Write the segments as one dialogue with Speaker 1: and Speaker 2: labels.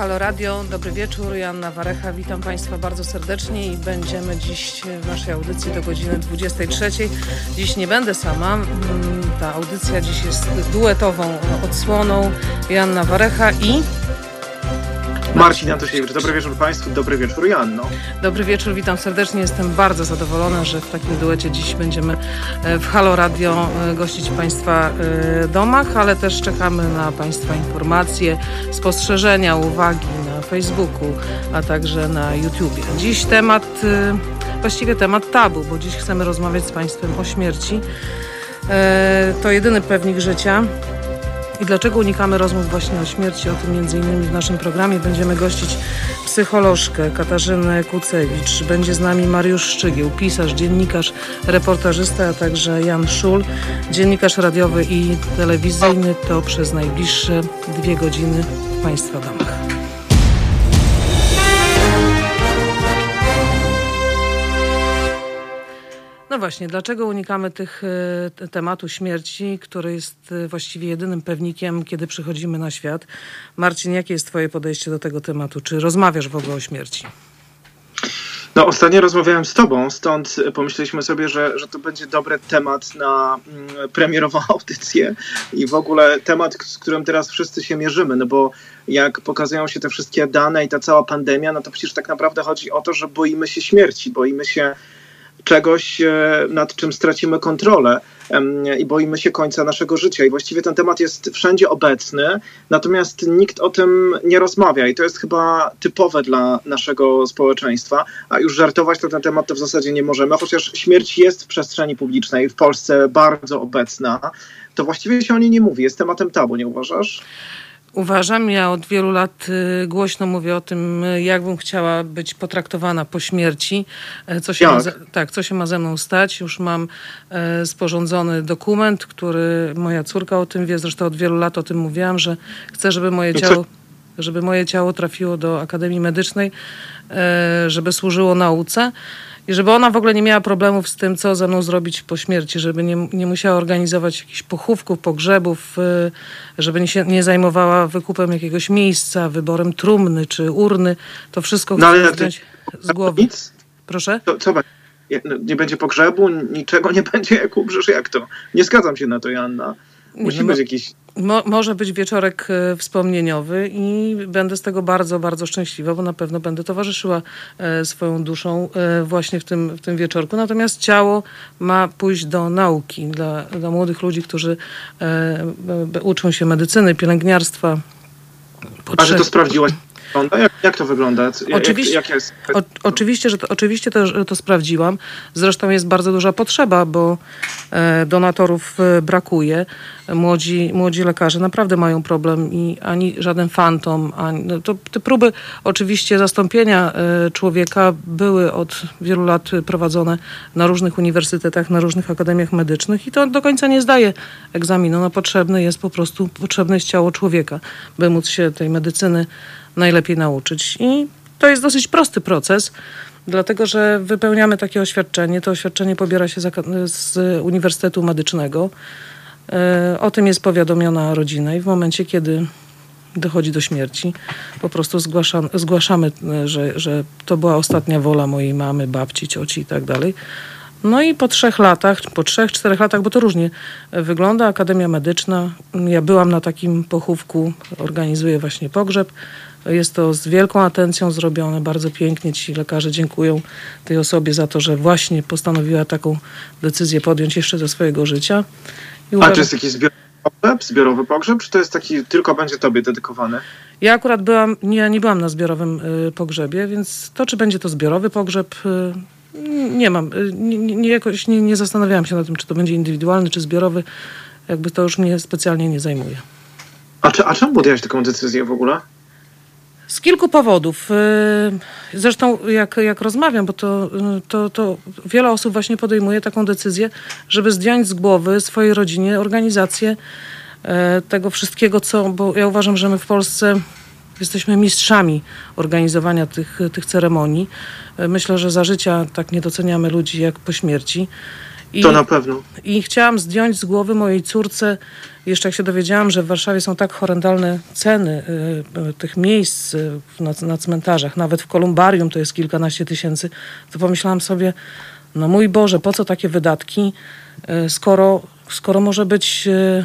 Speaker 1: Halo Radio, dobry wieczór, Joanna Warecha, witam Państwa bardzo serdecznie i będziemy dziś w naszej audycji do godziny 23. Dziś nie będę sama, ta audycja dziś jest duetową odsłoną. Joanna Warecha i...
Speaker 2: Marcin Antosiewicz. Dobry wieczór Państwu, dobry wieczór Joanno.
Speaker 1: Dobry wieczór, witam serdecznie. Jestem bardzo zadowolona, że w takim duecie dziś będziemy w Halo Radio gościć w Państwa domach, ale też czekamy na Państwa informacje, spostrzeżenia, uwagi na Facebooku, a także na YouTubie. Dziś właściwie temat tabu, bo dziś chcemy rozmawiać z Państwem o śmierci. To jedyny pewnik życia. I dlaczego unikamy rozmów właśnie o śmierci? O tym między innymi w naszym programie będziemy gościć psycholożkę Katarzynę Kucewicz. Będzie z nami Mariusz Szczygieł, pisarz, dziennikarz, reportażysta, a także Jan Szul, dziennikarz radiowy i telewizyjny. To przez najbliższe 2 godziny w Państwa domach. No właśnie, dlaczego unikamy tematu śmierci, który jest właściwie jedynym pewnikiem, kiedy przychodzimy na świat? Marcin, jakie jest Twoje podejście do tego tematu? Czy rozmawiasz w ogóle o śmierci?
Speaker 2: No, ostatnio rozmawiałem z Tobą, stąd pomyśleliśmy sobie, że to będzie dobry temat na premierową audycję i w ogóle temat, z którym teraz wszyscy się mierzymy, no bo jak pokazują się te wszystkie dane i ta cała pandemia, no to przecież tak naprawdę chodzi o to, że boimy się śmierci, boimy się czegoś, nad czym stracimy kontrolę i boimy się końca naszego życia. I właściwie ten temat jest wszędzie obecny, natomiast nikt o tym nie rozmawia i to jest chyba typowe dla naszego społeczeństwa, a już żartować na ten temat to w zasadzie nie możemy, chociaż śmierć jest w przestrzeni publicznej, w Polsce bardzo obecna, to właściwie się o niej nie mówi, jest tematem tabu, nie uważasz?
Speaker 1: Uważam, ja od wielu lat głośno mówię o tym, jak bym chciała być potraktowana po śmierci, co się ma ze mną stać. Już mam sporządzony dokument, który moja córka o tym wie, zresztą od wielu lat o tym mówiłam, że chcę, żeby moje ciało trafiło do Akademii Medycznej, żeby służyło nauce. I żeby ona w ogóle nie miała problemów z tym, co ze mną zrobić po śmierci, żeby nie musiała organizować jakichś pochówków, pogrzebów, żeby się nie zajmowała wykupem jakiegoś miejsca, wyborem trumny czy urny. To wszystko chcę zdjąć z głowy.
Speaker 2: Nic?
Speaker 1: Proszę?
Speaker 2: Co będzie? Nie będzie pogrzebu? Niczego nie będzie, jak umrzesz? Jak to? Nie zgadzam się na to, Joanna. Musi być jakiś...
Speaker 1: Może być wieczorek wspomnieniowy i będę z tego bardzo, bardzo szczęśliwa, bo na pewno będę towarzyszyła swoją duszą właśnie w tym wieczorku. Natomiast ciało ma pójść do nauki dla młodych ludzi, którzy uczą się medycyny, pielęgniarstwa.
Speaker 2: A że to sprawdziłaś? Jak to wygląda?
Speaker 1: Oczywiście to sprawdziłam. Zresztą jest bardzo duża potrzeba, bo donatorów brakuje. Młodzi lekarze naprawdę mają problem i ani żaden fantom, te próby oczywiście zastąpienia człowieka były od wielu lat prowadzone na różnych uniwersytetach, na różnych akademiach medycznych i to do końca nie zdaje egzaminu. No, potrzebne jest ciało człowieka, by móc się tej medycyny najlepiej nauczyć. I to jest dosyć prosty proces, dlatego że wypełniamy takie oświadczenie. To oświadczenie pobiera się z Uniwersytetu Medycznego. O tym jest powiadomiona rodzina i w momencie, kiedy dochodzi do śmierci, po prostu zgłaszamy, że to była ostatnia wola mojej mamy, babci, cioci i tak dalej. No i po 3-4 latach, bo to różnie wygląda, Akademia Medyczna, ja byłam na takim pochówku, organizuję właśnie pogrzeb. Jest to z wielką atencją zrobione, bardzo pięknie. Ci lekarze dziękują tej osobie za to, że właśnie postanowiła taką decyzję podjąć jeszcze do swojego życia.
Speaker 2: A to jest jakiś zbiorowy pogrzeb, czy to jest taki, tylko będzie tobie dedykowany?
Speaker 1: Ja akurat nie byłam na zbiorowym pogrzebie, więc to, czy będzie to zbiorowy pogrzeb, jakoś nie zastanawiałam się nad tym, czy to będzie indywidualny, czy zbiorowy. Jakby to już mnie specjalnie nie zajmuje.
Speaker 2: A czemu podjęłaś taką decyzję w ogóle?
Speaker 1: Z kilku powodów. Zresztą jak rozmawiam, bo to wiele osób właśnie podejmuje taką decyzję, żeby zdjąć z głowy swojej rodzinie organizację tego wszystkiego, bo ja uważam, że my w Polsce jesteśmy mistrzami organizowania tych ceremonii. Myślę, że za życia tak nie doceniamy ludzi jak po śmierci.
Speaker 2: To na pewno.
Speaker 1: I chciałam zdjąć z głowy mojej córce, jeszcze jak się dowiedziałam, że w Warszawie są tak horrendalne ceny tych miejsc na cmentarzach, nawet w kolumbarium to jest kilkanaście tysięcy, to pomyślałam sobie, no mój Boże, po co takie wydatki, skoro może być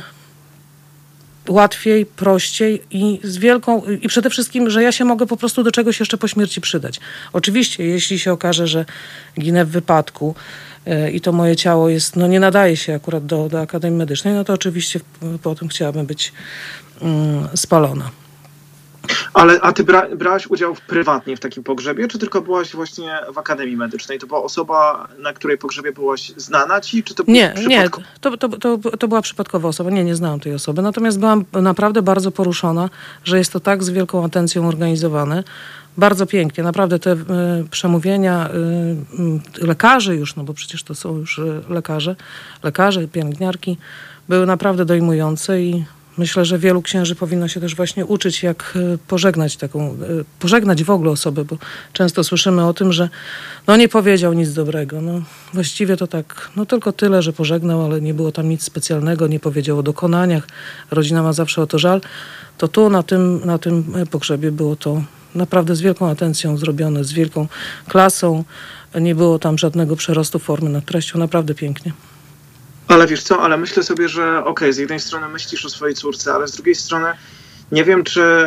Speaker 1: łatwiej, prościej i z wielką, i przede wszystkim, że ja się mogę po prostu do czegoś jeszcze po śmierci przydać. Oczywiście, jeśli się okaże, że ginę w wypadku i to moje ciało jest, no nie nadaje się akurat do Akademii Medycznej, no to oczywiście potem chciałabym być spalona.
Speaker 2: A ty brałaś udział prywatnie w takim pogrzebie, czy tylko byłaś właśnie w Akademii Medycznej? To była osoba, na której pogrzebie byłaś znana ci, czy to
Speaker 1: Nie, to była przypadkowa osoba. Nie znałam tej osoby. Natomiast byłam naprawdę bardzo poruszona, że jest to tak z wielką atencją organizowane. Bardzo pięknie. Naprawdę te przemówienia lekarzy już, no bo przecież to są już lekarze, pielęgniarki, były naprawdę dojmujące i myślę, że wielu księży powinno się też właśnie uczyć, jak pożegnać w ogóle osobę, bo często słyszymy o tym, że no nie powiedział nic dobrego. No właściwie to tak, no tylko tyle, że pożegnał, ale nie było tam nic specjalnego, nie powiedział o dokonaniach. Rodzina ma zawsze o to żal. To tu na tym pogrzebie było to naprawdę z wielką atencją zrobione, z wielką klasą. Nie było tam żadnego przerostu formy nad treścią. Naprawdę pięknie.
Speaker 2: Ale wiesz co, ale myślę sobie, że okej, z jednej strony myślisz o swojej córce, ale z drugiej strony nie wiem,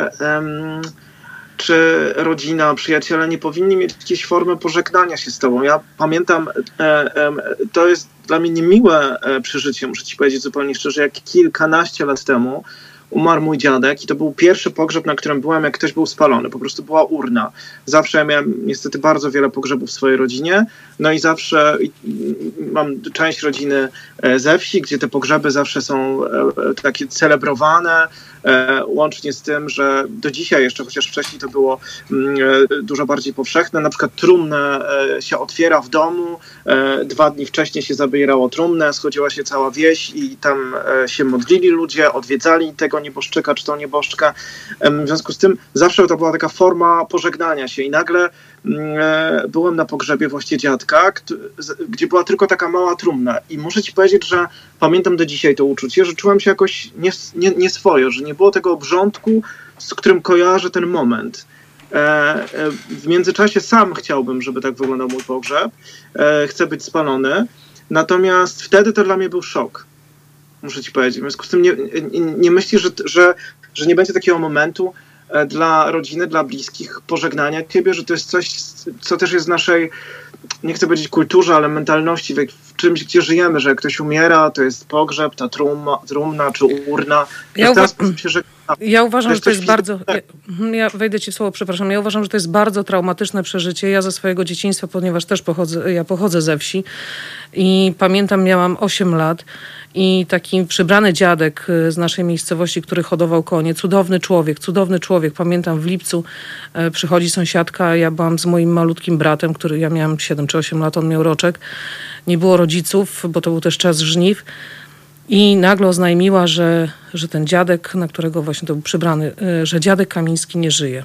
Speaker 2: czy rodzina, przyjaciele nie powinni mieć jakiejś formy pożegnania się z tobą. Ja pamiętam, to jest dla mnie niemiłe przeżycie, muszę ci powiedzieć zupełnie szczerze, jak kilkanaście lat temu umarł mój dziadek i to był pierwszy pogrzeb, na którym byłem, jak ktoś był spalony. Po prostu była urna. Zawsze ja miałem niestety bardzo wiele pogrzebów w swojej rodzinie. No i zawsze mam część rodziny ze wsi, gdzie te pogrzeby zawsze są takie celebrowane, łącznie z tym, że do dzisiaj jeszcze, chociaż wcześniej to było dużo bardziej powszechne, na przykład trumnę się otwiera w domu, 2 dni wcześniej się zabierało trumnę, schodziła się cała wieś i tam się modlili ludzie, odwiedzali tego nieboszczyka czy tą nieboszczkę. W związku z tym zawsze to była taka forma pożegnania się i nagle byłem na pogrzebie właśnie dziadka, gdzie była tylko taka mała trumna i muszę ci powiedzieć, że pamiętam do dzisiaj to uczucie, że czułem się jakoś nieswojo, że nie było tego obrządku, z którym kojarzę ten moment. W międzyczasie sam chciałbym, żeby tak wyglądał mój pogrzeb. Chcę być spalony. Natomiast wtedy to dla mnie był szok. Muszę ci powiedzieć. W związku z tym nie myślisz, że nie będzie takiego momentu dla rodziny, dla bliskich pożegnania ciebie, że to jest coś, co też jest w naszej, nie chcę powiedzieć kulturze, ale mentalności, w czymś, gdzie żyjemy, że jak ktoś umiera, to jest pogrzeb, ta trumna czy urna.
Speaker 1: Ja uważam, że to jest bardzo... Ja wejdę ci w słowo, przepraszam. Ja uważam, że to jest bardzo traumatyczne przeżycie. Ja ze swojego dzieciństwa, ponieważ też pochodzę ze wsi i pamiętam, miałam 8 lat i taki przybrany dziadek z naszej miejscowości, który hodował konie, cudowny człowiek. Pamiętam, w lipcu przychodzi sąsiadka, ja byłam z moim malutkim bratem, ja miałam 7 czy 8 lat, on miał roczek. Nie było rodziców, bo to był też czas żniw. I nagle oznajmiła, że ten dziadek, na którego właśnie to był przybrany, że dziadek Kamiński nie żyje.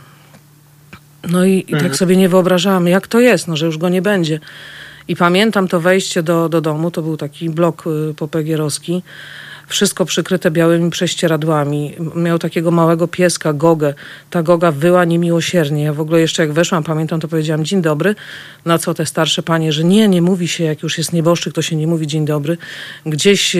Speaker 1: No i tak sobie nie wyobrażałam, jak to jest, no, że już go nie będzie. I pamiętam to wejście do domu, to był taki blok popegierowski, wszystko przykryte białymi prześcieradłami. Miał takiego małego pieska, Gogę. Ta Goga wyła niemiłosiernie. Ja w ogóle jeszcze jak weszłam, pamiętam, to powiedziałam dzień dobry. Na co te starsze panie, że nie mówi się, jak już jest nieboszczyk, to się nie mówi dzień dobry. Gdzieś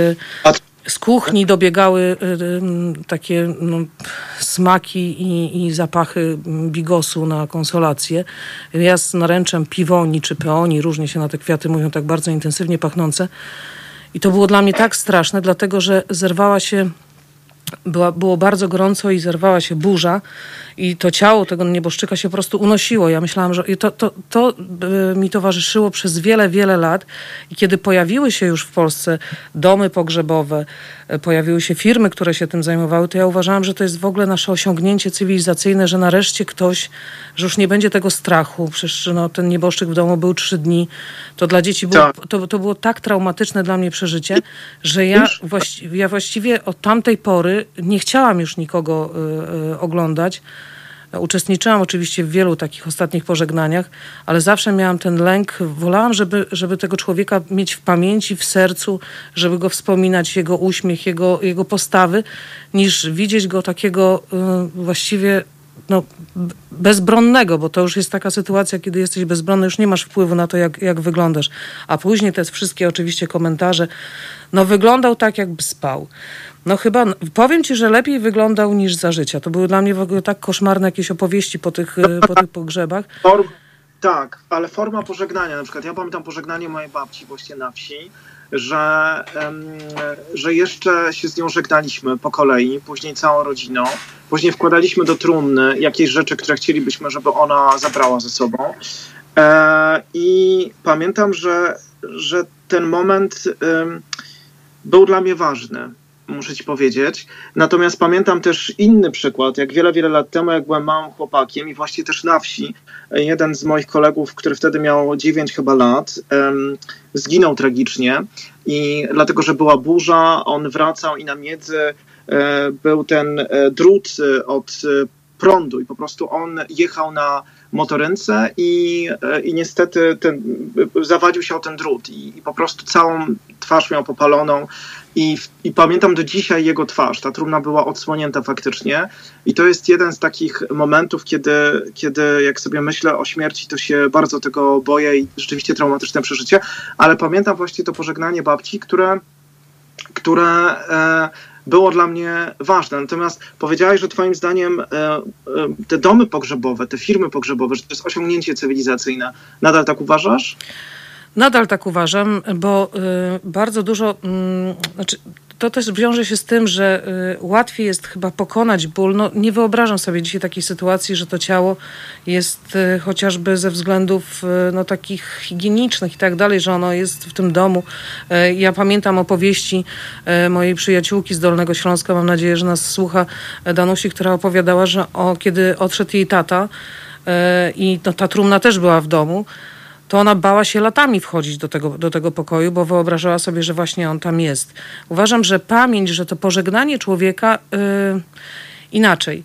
Speaker 1: z kuchni dobiegały takie smaki i zapachy bigosu na konsolację. Ja z naręczem piwoni czy peoni, różnie się na te kwiaty mówią, tak bardzo intensywnie pachnące. I to było dla mnie tak straszne, dlatego że zerwała się, było bardzo gorąco i zerwała się burza i to ciało tego nieboszczyka się po prostu unosiło. Ja myślałam, że to mi towarzyszyło przez wiele, wiele lat i kiedy pojawiły się już w Polsce domy pogrzebowe, pojawiły się firmy, które się tym zajmowały, to ja uważałam, że to jest w ogóle nasze osiągnięcie cywilizacyjne, że nareszcie ktoś, że już nie będzie tego strachu. Przecież ten nieboszczyk w domu był 3 dni. To dla dzieci było, to było tak traumatyczne dla mnie przeżycie, że ja właściwie od tamtej pory nie chciałam już nikogo oglądać. Uczestniczyłam oczywiście w wielu takich ostatnich pożegnaniach, ale zawsze miałam ten lęk, wolałam, żeby tego człowieka mieć w pamięci, w sercu, żeby go wspominać, jego uśmiech, jego postawy, niż widzieć go takiego właściwie bezbronnego, bo to już jest taka sytuacja, kiedy jesteś bezbronny, już nie masz wpływu na to, jak wyglądasz. A później te wszystkie oczywiście komentarze, wyglądał tak, jakby spał. Chyba, powiem ci, że lepiej wyglądał niż za życia. To były dla mnie w ogóle tak koszmarne jakieś opowieści po tych pogrzebach.
Speaker 2: Tak, ale forma pożegnania, na przykład ja pamiętam pożegnanie mojej babci właśnie na wsi, że jeszcze się z nią żegnaliśmy po kolei, później całą rodziną, później wkładaliśmy do trumny jakieś rzeczy, które chcielibyśmy, żeby ona zabrała ze sobą. I pamiętam, że ten moment był dla mnie ważny, muszę ci powiedzieć. Natomiast pamiętam też inny przykład, jak wiele lat temu, jak byłem małym chłopakiem i właśnie też na wsi, jeden z moich kolegów, który wtedy miał 9 chyba lat, zginął tragicznie i dlatego, że była burza, on wracał i na miedzy był ten drut od prądu i po prostu on jechał na motorynce i niestety zawadził się o ten drut i po prostu całą twarz miał popaloną i pamiętam do dzisiaj jego twarz. Ta trumna była odsłonięta faktycznie i to jest jeden z takich momentów, kiedy jak sobie myślę o śmierci, to się bardzo tego boję i rzeczywiście traumatyczne przeżycie, ale pamiętam właśnie to pożegnanie babci, które było dla mnie ważne. Natomiast powiedziałeś, że twoim zdaniem te domy pogrzebowe, te firmy pogrzebowe, że to jest osiągnięcie cywilizacyjne. Nadal tak uważasz?
Speaker 1: Nadal tak uważam, bo bardzo dużo, to też wiąże się z tym, że łatwiej jest chyba pokonać ból. Nie wyobrażam sobie dzisiaj takiej sytuacji, że to ciało jest chociażby ze względów takich higienicznych i tak dalej, że ono jest w tym domu. Ja pamiętam opowieści mojej przyjaciółki z Dolnego Śląska, mam nadzieję, że nas słucha, Danusi, która opowiadała, że kiedy odszedł jej tata i ta trumna też była w domu, to ona bała się latami wchodzić do tego pokoju, bo wyobrażała sobie, że właśnie on tam jest. Uważam, że pamięć, że to pożegnanie człowieka inaczej.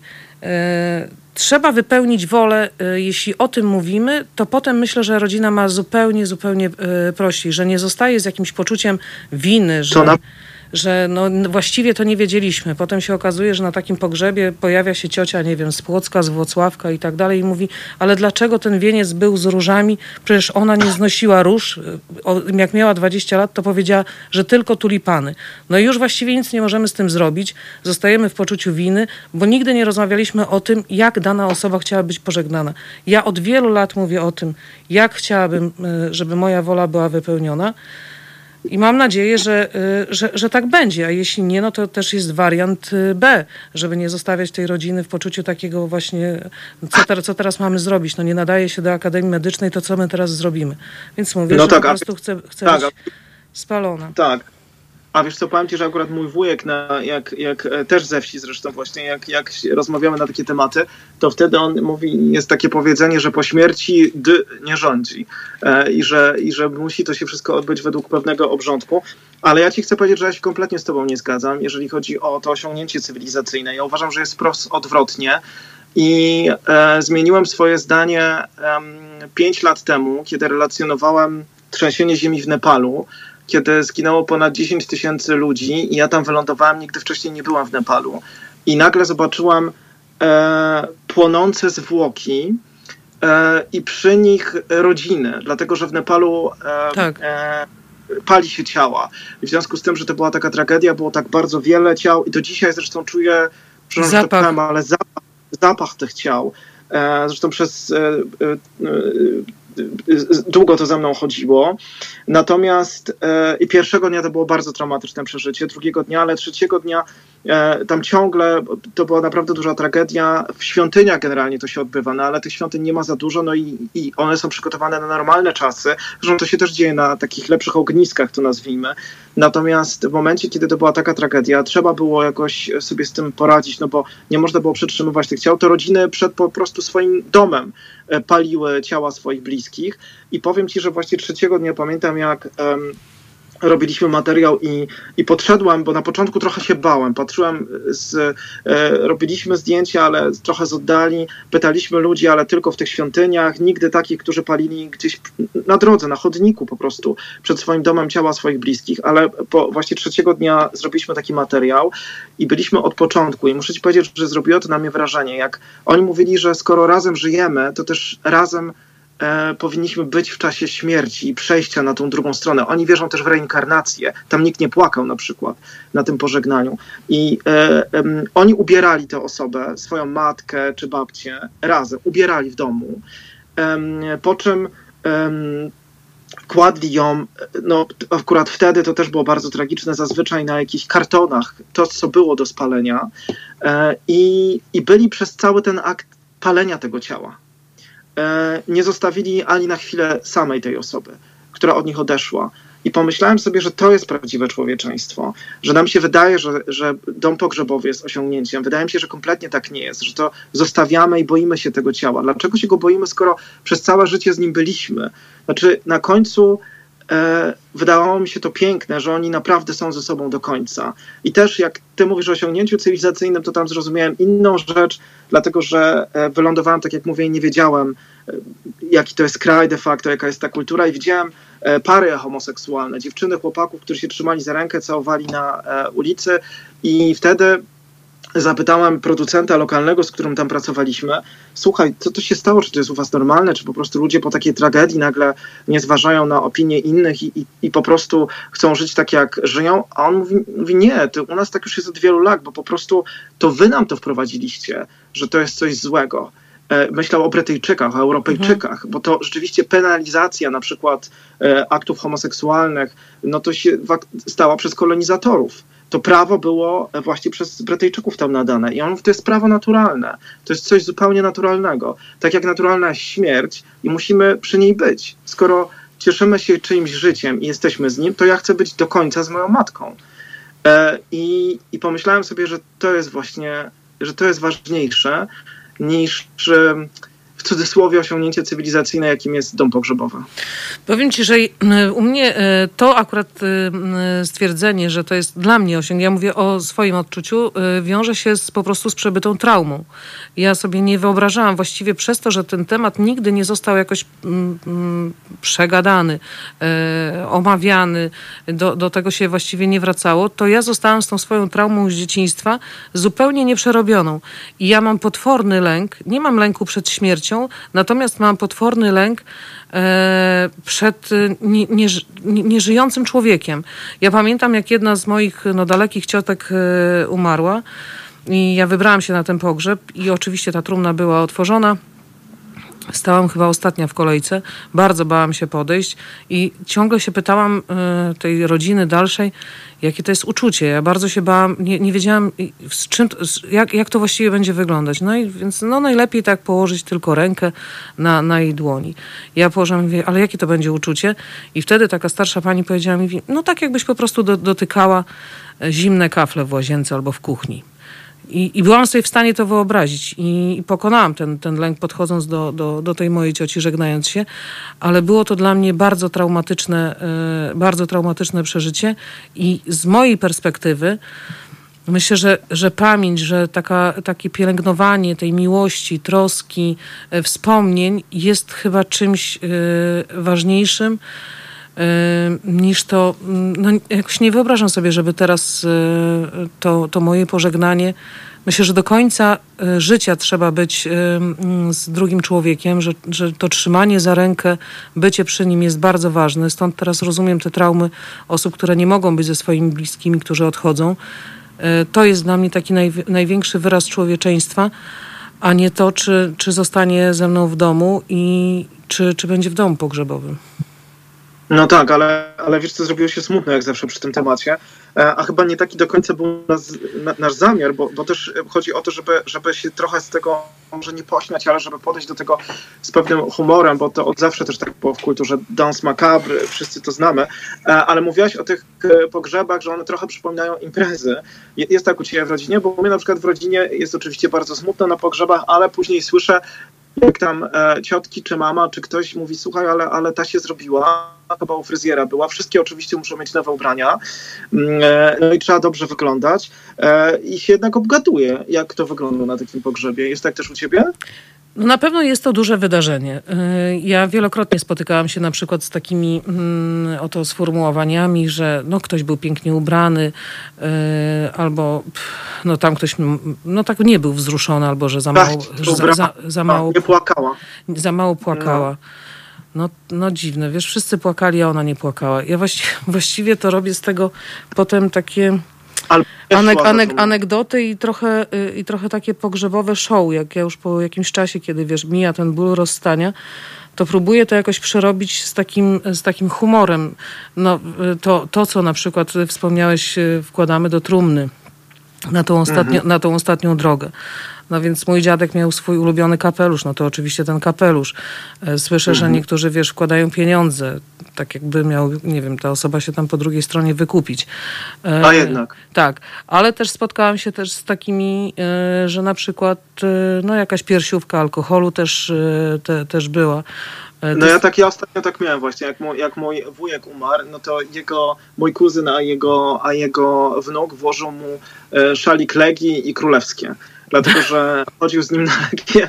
Speaker 1: Trzeba wypełnić wolę, jeśli o tym mówimy, to potem myślę, że rodzina ma zupełnie prościej, że nie zostaje z jakimś poczuciem winy, że właściwie to nie wiedzieliśmy. Potem się okazuje, że na takim pogrzebie pojawia się ciocia, nie wiem, z Płocka, z Włocławka i tak dalej i mówi, ale dlaczego ten wieniec był z różami? Przecież ona nie znosiła róż. Jak miała 20 lat, to powiedziała, że tylko tulipany. I już właściwie nic nie możemy z tym zrobić. Zostajemy w poczuciu winy, bo nigdy nie rozmawialiśmy o tym, jak dana osoba chciała być pożegnana. Ja od wielu lat mówię o tym, jak chciałabym, żeby moja wola była wypełniona. I mam nadzieję, że tak będzie, a jeśli nie, to też jest wariant B, żeby nie zostawiać tej rodziny w poczuciu takiego właśnie, co teraz mamy zrobić. Nie nadaje się do Akademii Medycznej, to co my teraz zrobimy. Więc mówię, że po prostu chcę być spalona. Tak.
Speaker 2: A wiesz co, powiem ci, że akurat mój wujek, jak też ze wsi zresztą właśnie, jak rozmawiamy na takie tematy, to wtedy on mówi, jest takie powiedzenie, że po śmierci nie rządzi i że musi to się wszystko odbyć według pewnego obrządku. Ale ja ci chcę powiedzieć, że ja się kompletnie z tobą nie zgadzam, jeżeli chodzi o to osiągnięcie cywilizacyjne. Ja uważam, że jest wprost odwrotnie. I zmieniłem swoje zdanie 5 lat temu, kiedy relacjonowałem trzęsienie ziemi w Nepalu, kiedy zginęło ponad 10 000 ludzi i ja tam wylądowałem, nigdy wcześniej nie byłam w Nepalu. I nagle zobaczyłam płonące zwłoki i przy nich rodziny, dlatego że w Nepalu pali się ciała. I w związku z tym, że to była taka tragedia, było tak bardzo wiele ciał i do dzisiaj zresztą czuję, zapach tych ciał. Zresztą przez długo to za mną chodziło. Natomiast i pierwszego dnia to było bardzo traumatyczne przeżycie, drugiego dnia, ale trzeciego dnia tam ciągle, to była naprawdę duża tragedia. W świątyniach generalnie to się odbywa, ale tych świątyń nie ma za dużo, i one są przygotowane na normalne czasy. Zresztą to się też dzieje na takich lepszych ogniskach, to nazwijmy. Natomiast w momencie, kiedy to była taka tragedia, trzeba było jakoś sobie z tym poradzić, bo nie można było przetrzymywać tych ciał. To rodziny przed po prostu swoim domem paliły ciała swoich bliskich i powiem ci, że właśnie trzeciego dnia pamiętam, jak robiliśmy materiał i podszedłem, bo na początku trochę się bałem. Patrzyłem, robiliśmy zdjęcia, ale trochę z oddali. Pytaliśmy ludzi, ale tylko w tych świątyniach. Nigdy takich, którzy palili gdzieś na drodze, na chodniku po prostu, przed swoim domem ciała swoich bliskich. Ale po właśnie trzeciego dnia zrobiliśmy taki materiał i byliśmy od początku. I muszę ci powiedzieć, że zrobiło to na mnie wrażenie. Jak oni mówili, że skoro razem żyjemy, to też razem powinniśmy być w czasie śmierci i przejścia na tą drugą stronę. Oni wierzą też w reinkarnację. Tam nikt nie płakał na przykład na tym pożegnaniu. I oni ubierali tę osobę, swoją matkę czy babcię razem, ubierali w domu. Po czym kładli ją, no akurat wtedy to też było bardzo tragiczne, zazwyczaj na jakichś kartonach, to co było do spalenia i byli przez cały ten akt palenia tego ciała. Nie zostawili ani na chwilę samej tej osoby, która od nich odeszła. I pomyślałem sobie, że to jest prawdziwe człowieczeństwo, że nam się wydaje, że dom pogrzebowy jest osiągnięciem. Wydaje mi się, że kompletnie tak nie jest, że to zostawiamy i boimy się tego ciała. Dlaczego się go boimy, skoro przez całe życie z nim byliśmy? Znaczy na końcu wydawało mi się to piękne, że oni naprawdę są ze sobą do końca. I też jak ty mówisz o osiągnięciu cywilizacyjnym, to tam zrozumiałem inną rzecz, dlatego że wylądowałem, tak jak mówię, i nie wiedziałem, jaki to jest kraj de facto, jaka jest ta kultura i widziałem pary homoseksualne, dziewczyny, chłopaków, którzy się trzymali za rękę, całowali na ulicy i wtedy zapytałem producenta lokalnego, z którym tam pracowaliśmy, słuchaj, co to się stało, czy to jest u was normalne, czy po prostu ludzie po takiej tragedii nagle nie zważają na opinie innych i po prostu chcą żyć tak, jak żyją, a on mówi nie, u nas tak już jest od wielu lat, bo po prostu to wy nam to wprowadziliście, że to jest coś złego. Myślał o Brytyjczykach, o Europejczykach, bo to rzeczywiście penalizacja na przykład aktów homoseksualnych, no to się stała przez kolonizatorów. To prawo było właśnie przez Brytyjczyków tam nadane. I on mówi, to jest prawo naturalne. To jest coś zupełnie naturalnego. Tak jak naturalna jest śmierć i musimy przy niej być. Skoro cieszymy się czyimś życiem i jesteśmy z nim, to ja chcę być do końca z moją matką. I pomyślałem sobie, że to jest właśnie, że to jest ważniejsze niż w cudzysłowie osiągnięcie cywilizacyjne, jakim jest dom pogrzebowy.
Speaker 1: Powiem ci, że u mnie to akurat stwierdzenie, że to jest dla mnie osiągnięcie, ja mówię o swoim odczuciu, wiąże się po prostu z przebytą traumą. Ja sobie nie wyobrażałam właściwie przez to, że ten temat nigdy nie został jakoś przegadany, omawiany, do tego się właściwie nie wracało, to ja zostałam z tą swoją traumą z dzieciństwa zupełnie nieprzerobioną. I ja mam potworny lęk, nie mam lęku przed śmiercią, natomiast mam potworny lęk przed nieżyjącym człowiekiem. Ja pamiętam, jak jedna z moich dalekich ciotek umarła i ja wybrałam się na ten pogrzeb i oczywiście ta trumna była otworzona. Stałam chyba ostatnia w kolejce. Bardzo bałam się podejść i ciągle się pytałam tej rodziny dalszej, jakie to jest uczucie. Ja bardzo się bałam, nie wiedziałam, z czym, jak to właściwie będzie wyglądać. No i więc najlepiej tak położyć tylko rękę na jej dłoni. Ja położyłam i mówię, ale jakie to będzie uczucie? I wtedy taka starsza pani powiedziała mi, no tak jakbyś po prostu dotykała zimne kafle w łazience albo w kuchni. I byłam sobie w stanie to wyobrazić i pokonałam ten lęk, podchodząc do tej mojej cioci, żegnając się, ale było to dla mnie bardzo traumatyczne przeżycie i z mojej perspektywy myślę, że pamięć, że takie pielęgnowanie tej miłości, troski, wspomnień jest chyba czymś ważniejszym niż to, jakoś nie wyobrażam sobie, żeby teraz to moje pożegnanie, myślę, że do końca życia trzeba być z drugim człowiekiem, że to trzymanie za rękę, bycie przy nim jest bardzo ważne. Stąd teraz rozumiem te traumy osób, które nie mogą być ze swoimi bliskimi, którzy odchodzą. To jest dla mnie taki największy wyraz człowieczeństwa, a nie to, czy zostanie ze mną w domu i czy będzie w domu pogrzebowym.
Speaker 2: No tak, ale wiesz co, zrobiło się smutno jak zawsze przy tym temacie, a chyba nie taki do końca był nasz zamiar, bo też chodzi o to, żeby się trochę z tego może nie pośmiać, ale żeby podejść do tego z pewnym humorem, bo to od zawsze też tak było w kulturze danse macabre, wszyscy to znamy, ale mówiłaś o tych pogrzebach, że one trochę przypominają imprezy. Jest tak u ciebie w rodzinie, bo u mnie na przykład w rodzinie jest oczywiście bardzo smutno na pogrzebach, ale później słyszę, jak tam ciotki, czy mama, czy ktoś mówi, słuchaj, ale ta się zrobiła, chyba u fryzjera była. Wszystkie oczywiście muszą mieć nowe ubrania. No i trzeba dobrze wyglądać. I się jednak obgaduje, jak to wygląda na takim pogrzebie. Jest tak też u ciebie?
Speaker 1: No na pewno jest to duże wydarzenie. Ja wielokrotnie spotykałam się na przykład z takimi oto sformułowaniami, że no ktoś był pięknie ubrany, albo no tam ktoś no tak nie był wzruszony, albo że za mało, za mało
Speaker 2: nie płakała.
Speaker 1: Za mało płakała. No dziwne, wiesz, wszyscy płakali, a ona nie płakała. Ja właściwie to robię z tego potem takie anegdoty i trochę takie pogrzebowe show, jak ja już po jakimś czasie, kiedy wiesz, mija ten ból rozstania, to próbuję to jakoś przerobić z takim humorem. No, to, co na przykład wspomniałeś, wkładamy do trumny na tą ostatnią drogę. No więc mój dziadek miał swój ulubiony kapelusz, no to oczywiście ten kapelusz. Słyszę, że niektórzy, wiesz, wkładają pieniądze, tak jakby miał, nie wiem, ta osoba się tam po drugiej stronie wykupić.
Speaker 2: A jednak.
Speaker 1: Tak, ale też spotkałam się też z takimi, że na przykład no jakaś piersiówka alkoholu też była.
Speaker 2: No ja ostatnio tak miałem właśnie, jak mój wujek umarł, no to mój kuzyn, a jego wnuk włożył mu szalik Legii i królewskie. Dlatego, że chodził z nim na Legię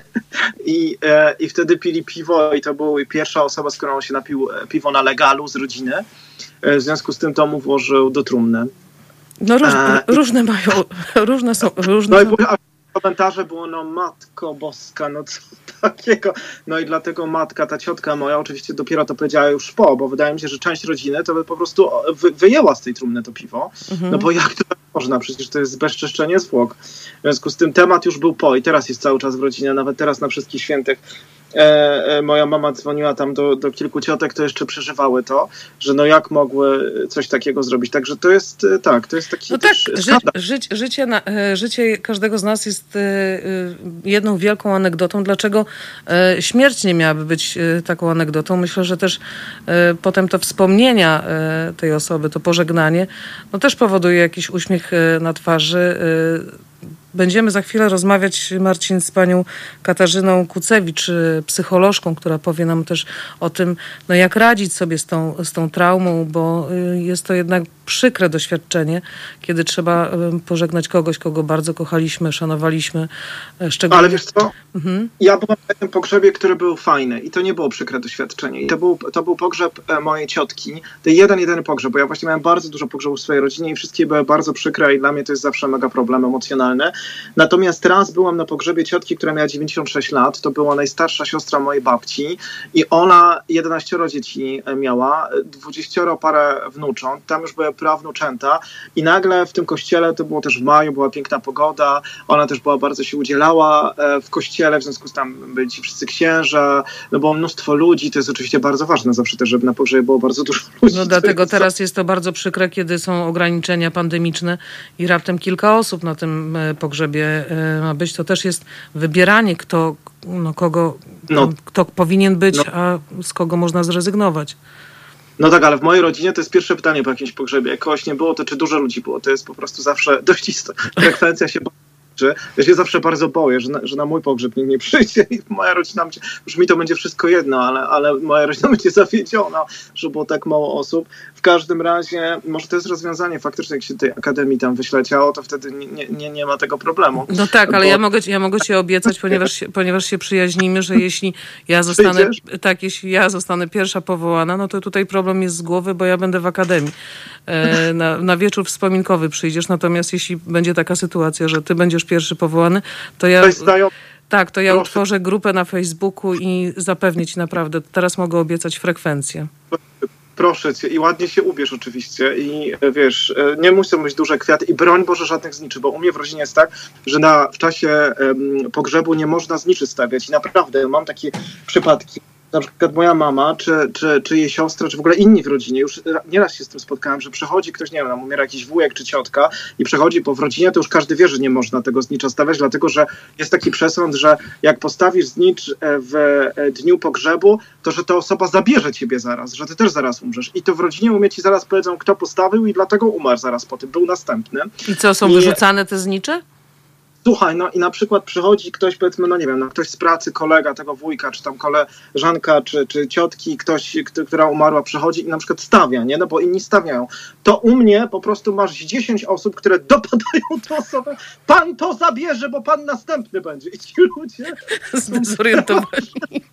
Speaker 2: i wtedy pili piwo i to była pierwsza osoba, z którą się napił piwo na legalu z rodziny. W związku z tym to mu włożył do trumny.
Speaker 1: No różne mają, różne są.
Speaker 2: A komentarze było, no matko boska, no co takiego. No i dlatego matka, ta ciotka moja oczywiście dopiero to powiedziała już bo wydaje mi się, że część rodziny to by po prostu wyjęła z tej trumny to piwo. No bo jak to można? Przecież to jest bezczyszczenie zwłok. W związku z tym temat już był i teraz jest cały czas w rodzinie, nawet teraz na Wszystkich Świętych. Moja mama dzwoniła tam do kilku ciotek, to jeszcze przeżywały to, że no jak mogły coś takiego zrobić. Także to jest to jest taki
Speaker 1: życie każdego z nas jest jedną wielką anegdotą. Dlaczego śmierć nie miałaby być taką anegdotą? Myślę, że też potem to wspomnienia tej osoby, to pożegnanie, no też powoduje jakiś uśmiech na twarzy. Będziemy za chwilę rozmawiać, Marcin, z panią Katarzyną Kucewicz, psycholożką, która powie nam też o tym, no jak radzić sobie z tą traumą, bo jest to jednak przykre doświadczenie, kiedy trzeba pożegnać kogoś, kogo bardzo kochaliśmy, szanowaliśmy. Szczególnie...
Speaker 2: Ale wiesz co? Ja byłem na tym pogrzebie, który był fajny i to nie było przykre doświadczenie. I to był pogrzeb mojej ciotki. To jedyny pogrzeb, bo ja właśnie miałem bardzo dużo pogrzebów w swojej rodzinie i wszystkie były bardzo przykre i dla mnie to jest zawsze mega problem emocjonalny. Natomiast raz byłam na pogrzebie ciotki, która miała 96 lat. To była najstarsza siostra mojej babci i ona 11 dzieci miała, 20 parę wnucząt. Tam już były prawnuczęta i nagle w tym kościele, to było też w maju, była piękna pogoda. Ona też bardzo się udzielała w kościele, w związku z tam byli ci wszyscy księża, no było mnóstwo ludzi. To jest oczywiście bardzo ważne zawsze też, żeby na pogrzebie było bardzo dużo ludzi.
Speaker 1: No dlatego teraz jest to bardzo przykre, kiedy są ograniczenia pandemiczne i raptem kilka osób na tym pogrzebie ma być. To też jest wybieranie, kto powinien być, a z kogo można zrezygnować.
Speaker 2: No tak, ale w mojej rodzinie to jest pierwsze pytanie po jakimś pogrzebie. Jak kogoś nie było, to czy dużo ludzi było? To jest po prostu zawsze dość istotna. Frekwencja się ja się zawsze bardzo boję, że na mój pogrzeb nikt nie przyjdzie i moja rodzina brzmi to będzie wszystko jedno, ale moja rodzina będzie zawiedziona, że było tak mało osób. W każdym razie, może to jest rozwiązanie faktycznie, jak się tej akademii tam wyśleciało, to wtedy nie ma tego problemu.
Speaker 1: No tak, ale ja mogę ci obiecać, ponieważ się przyjaźnimy, że jeśli ja zostanę pierwsza powołana, no to tutaj problem jest z głowy, bo ja będę w akademii. Na wieczór wspominkowy przyjdziesz, natomiast jeśli będzie taka sytuacja, że ty będziesz pierwszy powołany, to ja... Ja utworzę grupę na Facebooku i zapewnię ci naprawdę, teraz mogę obiecać frekwencję.
Speaker 2: Proszę cię i ładnie się ubierz oczywiście i wiesz, nie muszą być duże kwiaty i broń Boże żadnych zniczy, bo u mnie w rodzinie jest tak, że w czasie pogrzebu nie można zniczy stawiać i naprawdę mam takie przypadki. Na przykład moja mama, czy jej siostra, czy w ogóle inni w rodzinie, już nieraz się z tym spotkałem, że przychodzi ktoś, nie wiem, umiera jakiś wujek czy ciotka i przechodzi w rodzinie, to już każdy wie, że nie można tego znicza stawiać, dlatego że jest taki przesąd, że jak postawisz znicz w dniu pogrzebu, to że ta osoba zabierze ciebie zaraz, że ty też zaraz umrzesz. I to w rodzinie umie ci zaraz powiedzą, kto postawił i dlatego umarł zaraz po tym. Był następny.
Speaker 1: I co, są wyrzucane te znicze?
Speaker 2: Słuchaj, no i na przykład przychodzi ktoś, powiedzmy, no nie wiem, no ktoś z pracy, kolega tego wujka, czy tam koleżanka, czy ciotki, ktoś, która umarła, przychodzi i na przykład stawia, nie? No bo inni stawiają. To u mnie po prostu masz 10 osób, które dopadają tę osobę. Pan to zabierze, bo pan następny będzie. I ci ludzie
Speaker 1: zdezorientowani.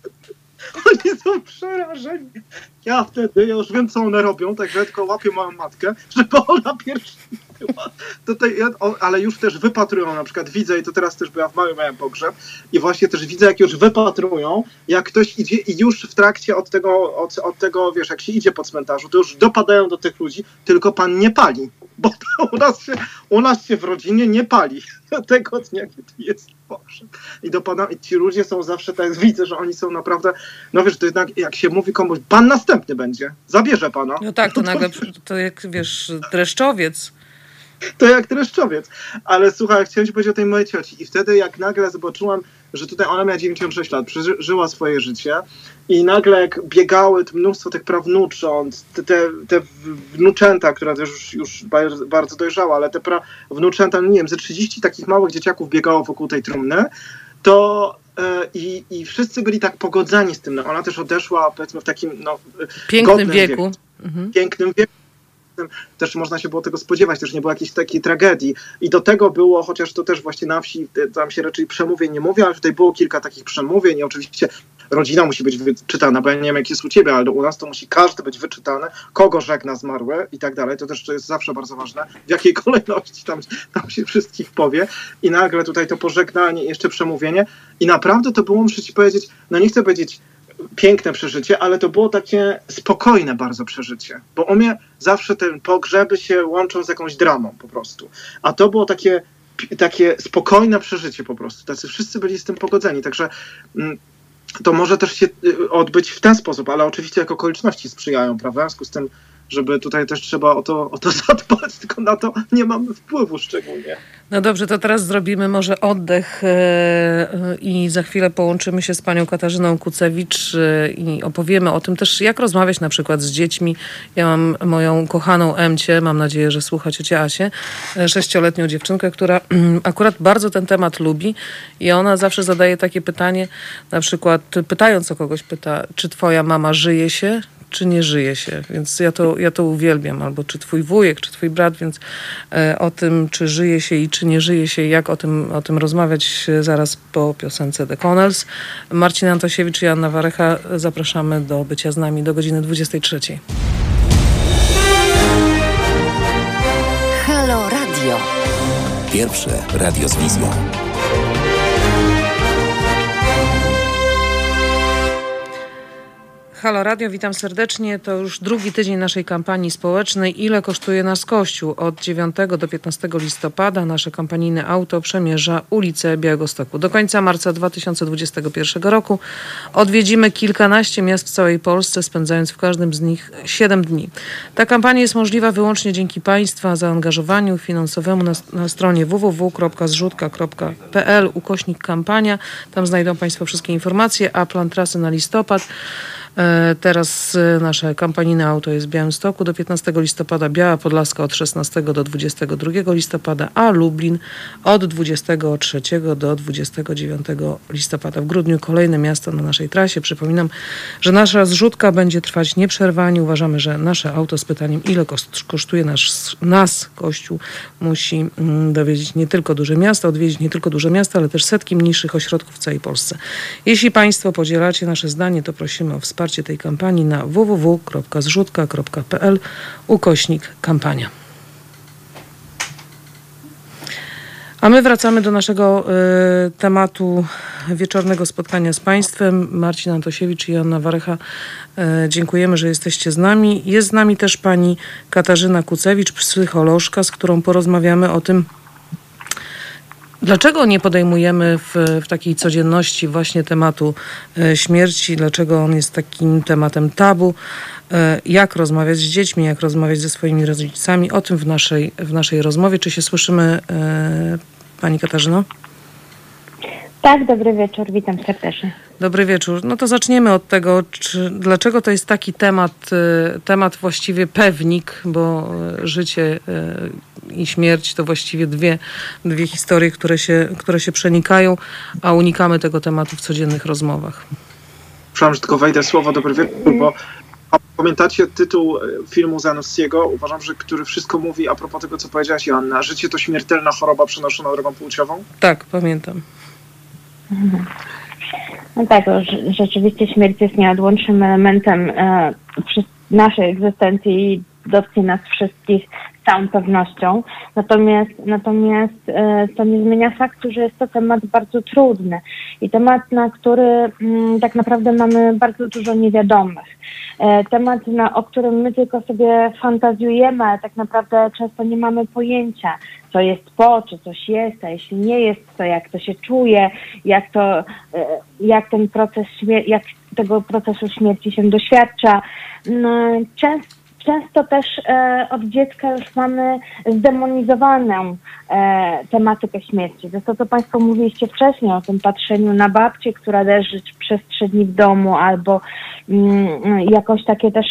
Speaker 2: Oni są przerażeni. Ja wtedy już wiem, co one robią, także tylko łapię moją matkę, żeby ona pierwsza była. Ale już też wypatrują, na przykład widzę, i to teraz też, bo ja w maju miałem pogrzeb, i właśnie też widzę, jak już wypatrują, jak ktoś idzie i już w trakcie od tego, wiesz, jak się idzie po cmentarzu, to już dopadają do tych ludzi, tylko pan nie pali, bo to u nas się w rodzinie nie pali tego dnia, kiedy jest pogrzeb. I dopadam, i ci ludzie są zawsze, tak widzę, że oni są naprawdę, no wiesz, to jednak jak się mówi komuś, pan następny będzie, zabierze pana.
Speaker 1: No tak, to nagle, to jak wiesz, dreszczowiec.
Speaker 2: To jak dreszczowiec. Ale słuchaj, chciałem ci powiedzieć o tej mojej cioci. I wtedy jak nagle zobaczyłam, że tutaj ona miała 96 lat, przeżyła swoje życie i nagle jak biegały mnóstwo tych prawnucząt, te wnuczęta, która też już bardzo dojrzała, ale te wnuczęta, no nie wiem, ze 30 takich małych dzieciaków biegało wokół tej trumny, to i wszyscy byli tak pogodzeni z tym. No, ona też odeszła, powiedzmy, w takim
Speaker 1: pięknym wieku.
Speaker 2: Pięknym wieku. Też można się było tego spodziewać, też nie było jakiejś takiej tragedii. I do tego było, chociaż to też właśnie na wsi, tam się raczej przemówień nie mówi, ale tutaj było kilka takich przemówień i oczywiście rodzina musi być wyczytana, bo ja nie wiem, jak jest u ciebie, ale u nas to musi każdy być wyczytany, kogo żegna zmarły i tak dalej. To też to jest zawsze bardzo ważne, w jakiej kolejności tam się wszystkich powie. I nagle tutaj to pożegnanie, jeszcze przemówienie. I naprawdę to było, muszę ci powiedzieć, no nie chcę powiedzieć piękne przeżycie, ale to było takie spokojne bardzo przeżycie, bo u mnie zawsze te pogrzeby się łączą z jakąś dramą po prostu, a to było takie spokojne przeżycie po prostu, tacy wszyscy byli z tym pogodzeni, także to może też się odbyć w ten sposób, ale oczywiście jak okoliczności sprzyjają, prawda, w związku z tym, żeby tutaj też trzeba o to zadbać, tylko na to nie mamy wpływu szczególnie.
Speaker 1: No dobrze, to teraz zrobimy może oddech i za chwilę połączymy się z panią Katarzyną Kucewicz i opowiemy o tym też, jak rozmawiać na przykład z dziećmi. Ja mam moją kochaną Emcię, mam nadzieję, że słucha ciocię Asię, 6-letnią dziewczynkę, która akurat bardzo ten temat lubi i ona zawsze zadaje takie pytanie, na przykład pytając o kogoś, pyta, czy twoja mama żyje się, czy nie żyje się, więc ja to uwielbiam, albo czy twój wujek, czy twój brat, więc o tym, czy żyje się i czy nie żyje się, jak o tym rozmawiać zaraz po piosence The Connells. Marcin Antosiewicz i Anna Warecha, zapraszamy do bycia z nami do godziny 23.
Speaker 3: Halo Radio. Pierwsze radio z wizją.
Speaker 1: Halo Radio, witam serdecznie. To już drugi tydzień naszej kampanii społecznej. Ile kosztuje nas Kościół? Od 9 do 15 listopada nasze kampanijne auto przemierza ulicę Białegostoku. Do końca marca 2021 roku odwiedzimy kilkanaście miast w całej Polsce, spędzając w każdym z nich 7 dni. Ta kampania jest możliwa wyłącznie dzięki Państwa zaangażowaniu finansowemu na stronie www.zrzutka.pl/kampania. Tam znajdą Państwo wszystkie informacje, a plan trasy na listopad. Teraz nasze kampanijne auto jest w Białymstoku do 15 listopada, Biała Podlaska od 16 do 22 listopada, a Lublin od 23 do 29 listopada. W grudniu kolejne miasto na naszej trasie. Przypominam, że nasza zrzutka będzie trwać nieprzerwanie. Uważamy, że nasze auto z pytaniem, ile kosztuje nas Kościół, musi dowiedzieć nie tylko duże miasta, odwiedzić nie tylko duże miasta, ale też setki mniejszych ośrodków w całej Polsce. Jeśli Państwo podzielacie nasze zdanie, to prosimy o wsparcie tej kampanii na www.zrzutka.pl/kampania. A my wracamy do naszego tematu wieczornego spotkania z Państwem. Marcin Antosiewicz i Anna Warecha, dziękujemy, że jesteście z nami. Jest z nami też pani Katarzyna Kucewicz, psycholożka, z którą porozmawiamy o tym, dlaczego nie podejmujemy w takiej codzienności właśnie tematu śmierci, dlaczego on jest takim tematem tabu, jak rozmawiać z dziećmi, jak rozmawiać ze swoimi rodzicami. O tym w naszej rozmowie. Czy się słyszymy, pani Katarzyno?
Speaker 4: Tak, dobry wieczór, witam serdecznie.
Speaker 1: Dobry wieczór. No to zaczniemy od tego, dlaczego to jest taki temat właściwie pewnik, bo życie i śmierć to właściwie dwie historie, które się przenikają, a unikamy tego tematu w codziennych rozmowach.
Speaker 2: Przepraszam, że tylko wejdę słowo dobry wieczór, bo pamiętacie tytuł filmu Zanussiego? Uważam, że który wszystko mówi a propos tego, co powiedziałaś, Joanna. Życie to śmiertelna choroba przenoszona drogą płciową?
Speaker 1: Tak, pamiętam.
Speaker 4: No tak, rzeczywiście śmierć jest nieodłącznym elementem naszej egzystencji i dotknie nas wszystkich z całą pewnością. Natomiast to nie zmienia faktu, że jest to temat bardzo trudny i temat, na który tak naprawdę mamy bardzo dużo niewiadomych. Temat, o którym my tylko sobie fantazjujemy, ale tak naprawdę często nie mamy pojęcia, co jest po, czy coś jest, a jeśli nie jest, to jak to się czuje, jak ten proces, jak tego procesu śmierci się doświadcza. Często też od dziecka już mamy zdemonizowaną tematykę śmierci. To jest to, co Państwo mówiliście wcześniej o tym patrzeniu na babcię, która leży przez 3 dni w domu, albo jakoś takie też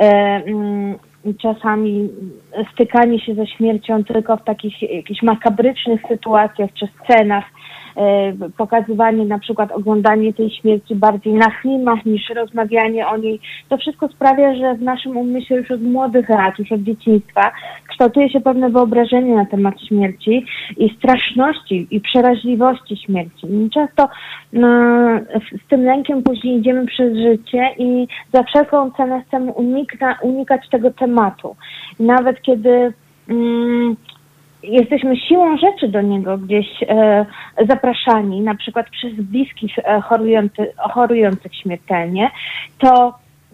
Speaker 4: czasami stykanie się ze śmiercią tylko w takich jakichś makabrycznych sytuacjach czy scenach, pokazywanie, na przykład oglądanie tej śmierci bardziej na filmach niż rozmawianie o niej. To wszystko sprawia, że w naszym umyśle już od młodych lat, już od dzieciństwa kształtuje się pewne wyobrażenie na temat śmierci i straszności i przeraźliwości śmierci. I często z tym lękiem później idziemy przez życie i za wszelką cenę chcemy unikać tego tematu. I nawet kiedy jesteśmy siłą rzeczy do niego gdzieś zapraszani, na przykład przez bliskich chorujących śmiertelnie, to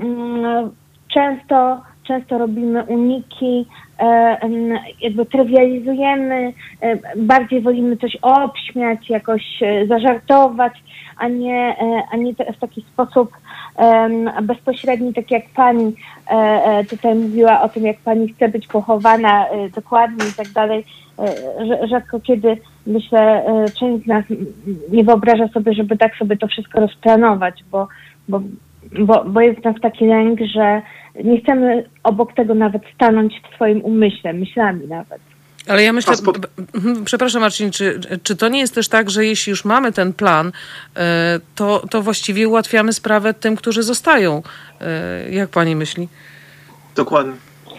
Speaker 4: często robimy uniki, jakby trywializujemy, bardziej wolimy coś obśmiać, jakoś zażartować, a nie w taki sposób bezpośredni, tak jak pani tutaj mówiła o tym, jak pani chce być pochowana dokładnie i tak dalej. Rzadko kiedy, myślę, część z nas nie wyobraża sobie, żeby tak sobie to wszystko rozplanować, bo jest w nas taki lęk, że nie chcemy obok tego nawet stanąć w swoim umyśle, myślami nawet.
Speaker 1: Ale ja myślę, przepraszam Marcin, czy to nie jest też tak, że jeśli już mamy ten plan, to właściwie ułatwiamy sprawę tym, którzy zostają? Jak pani myśli?
Speaker 2: Dokładnie.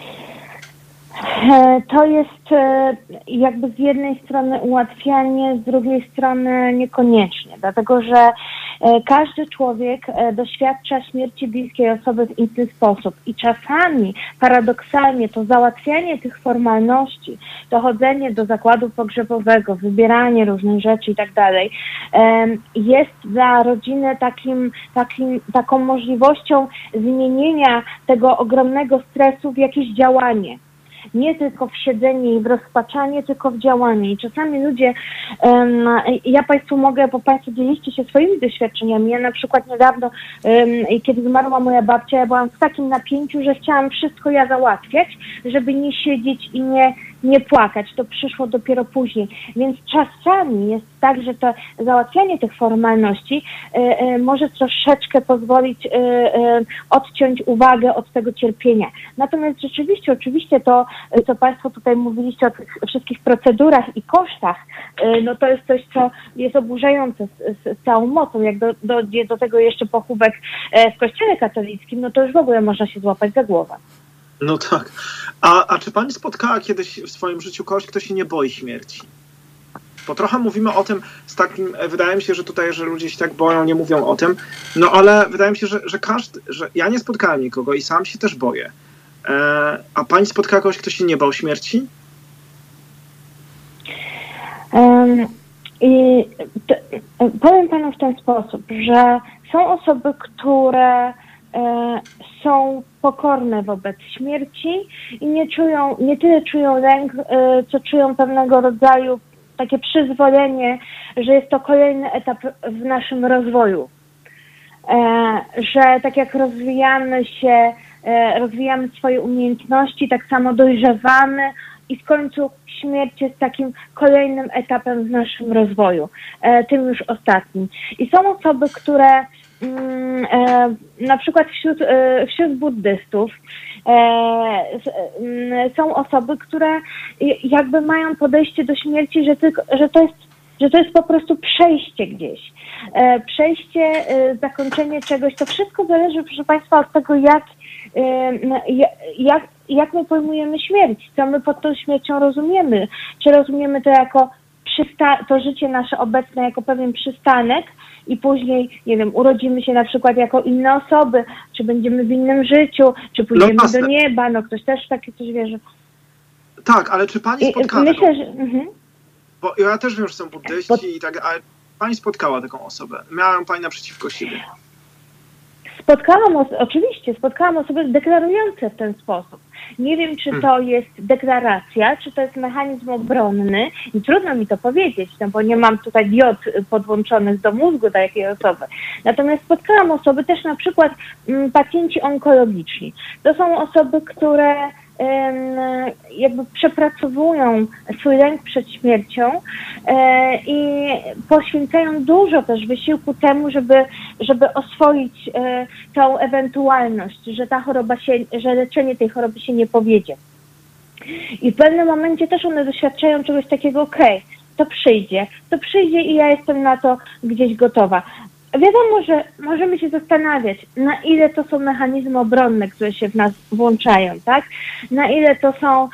Speaker 4: To jest jakby z jednej strony ułatwianie, z drugiej strony niekoniecznie, dlatego że każdy człowiek doświadcza śmierci bliskiej osoby w inny sposób i czasami paradoksalnie to załatwianie tych formalności, dochodzenie do zakładu pogrzebowego, wybieranie różnych rzeczy i tak dalej, jest dla rodziny taką możliwością zmienienia tego ogromnego stresu w jakieś działanie. Nie tylko w siedzenie i w rozpaczanie, tylko w działanie. I czasami ludzie, ja Państwu mogę, bo Państwo dzieliście się swoimi doświadczeniami. Ja na przykład niedawno, kiedy zmarła moja babcia, ja byłam w takim napięciu, że chciałam wszystko ja załatwiać, żeby nie siedzieć i nie płakać. To przyszło dopiero później. Więc czasami jest tak, że to załatwianie tych formalności może troszeczkę pozwolić odciąć uwagę od tego cierpienia. Natomiast rzeczywiście, oczywiście to, co Państwo tutaj mówiliście o tych wszystkich procedurach i kosztach, no to jest coś, co jest oburzające z całą mocą. Jak dojdzie do tego jeszcze pochówek w Kościele katolickim, no to już w ogóle można się złapać za głowę.
Speaker 2: No tak. A czy pani spotkała kiedyś w swoim życiu kogoś, kto się nie boi śmierci? Bo trochę mówimy o tym z takim, wydaje mi się, że tutaj, że ludzie się tak boją, nie mówią o tym, no ale wydaje mi się, że ja nie spotkałem nikogo i sam się też boję. A pani spotkała kogoś, kto się nie bał śmierci?
Speaker 4: Powiem panu w ten sposób, że są osoby, które są pokorne wobec śmierci i nie tyle czują lęk, co czują pewnego rodzaju takie przyzwolenie, że jest to kolejny etap w naszym rozwoju. Że tak jak rozwijamy swoje umiejętności, tak samo dojrzewamy i w końcu śmierć jest takim kolejnym etapem w naszym rozwoju, tym już ostatnim. I są osoby, które na przykład wśród buddystów są osoby, które jakby mają podejście do śmierci, że to jest po prostu przejście gdzieś. Przejście, zakończenie czegoś. To wszystko zależy, proszę Państwa, od tego, jak my pojmujemy śmierć, co my pod tą śmiercią rozumiemy. Czy rozumiemy to jako to życie nasze obecne jako pewien przystanek i później, nie wiem, urodzimy się na przykład jako inne osoby, czy będziemy w innym życiu, czy pójdziemy do nieba, no ktoś też takie coś wierzy.
Speaker 2: Tak, ale czy pani spotkała
Speaker 4: myślę, że...
Speaker 2: Bo ja też wiem, że są buddyści i tak, ale pani spotkała taką osobę. Miała ją pani naprzeciwko siebie. Spotkałam osoby deklarujące w ten sposób. Nie wiem, czy to jest deklaracja, czy to jest mechanizm obronny i trudno mi to powiedzieć, no bo nie mam tutaj diod podłączonych do mózgu takiej osoby. Natomiast spotkałam osoby też na przykład pacjenci onkologiczni. To są osoby, które jakby przepracowują swój lęk przed śmiercią i poświęcają dużo też wysiłku temu, żeby oswoić tą ewentualność, że ta choroba że leczenie tej choroby się nie powiedzie. I w pewnym momencie też one doświadczają czegoś takiego, to przyjdzie i ja jestem na to gdzieś gotowa. Wiadomo, że możemy się zastanawiać, na ile to są mechanizmy obronne, które się w nas włączają, tak? Na ile to są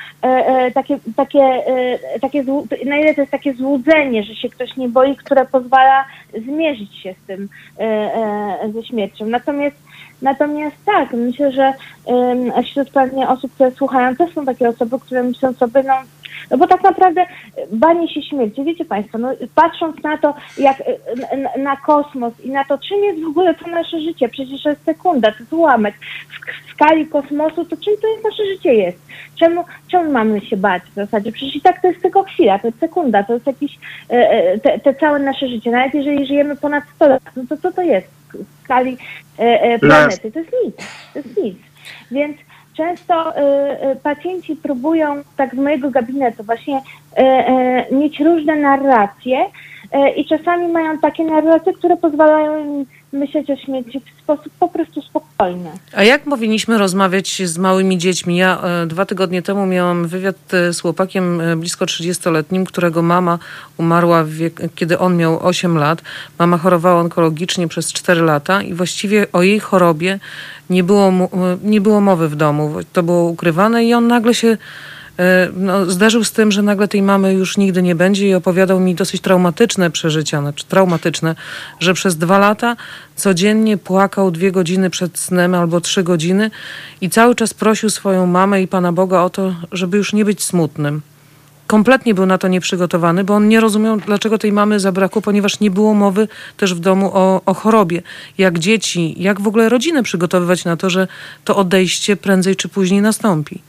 Speaker 2: na ile to jest takie złudzenie, że się ktoś nie boi, które pozwala zmierzyć się z tym, ze śmiercią. Natomiast tak, myślę, że wśród pewnie osób, które słuchają, też są takie osoby, które myślą sobie, no bo tak naprawdę banie się śmierci, wiecie Państwo, patrząc na to, jak na kosmos i na to, czym jest w ogóle to nasze życie, przecież to jest sekunda, to jest ułamek w skali kosmosu, to czym to jest nasze życie jest? Czemu mamy się bać w zasadzie? Przecież i tak to jest tylko chwila, to jest sekunda, to jest jakiś, te całe nasze życie, nawet jeżeli żyjemy ponad 100 lat, no to co to jest w skali planety? To jest nic. Więc często pacjenci próbują, tak z mojego gabinetu, właśnie mieć różne narracje i czasami mają takie narracje, które pozwalają im myśleć o śmierci w sposób po prostu spokojny.
Speaker 1: A jak powinniśmy rozmawiać z małymi dziećmi? Ja 2 tygodnie temu miałam wywiad z chłopakiem blisko 30-letnim, którego mama umarła, kiedy on miał 8 lat. Mama chorowała onkologicznie przez 4 lata i właściwie o jej chorobie nie było mowy w domu. To było ukrywane i on nagle się zdarzył z tym, że nagle tej mamy już nigdy nie będzie i opowiadał mi dosyć traumatyczne przeżycia, że przez 2 lata codziennie płakał 2 godziny przed snem albo 3 godziny i cały czas prosił swoją mamę i Pana Boga o to, żeby już nie być smutnym. Kompletnie był na to nieprzygotowany, bo on nie rozumiał, dlaczego tej mamy zabrakło, ponieważ nie było mowy też w domu o chorobie. Jak dzieci, jak w ogóle rodzinę przygotowywać na to, że to odejście prędzej czy później nastąpi.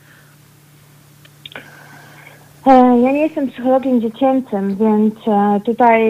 Speaker 4: Ja nie jestem psychologiem dziecięcym, więc tutaj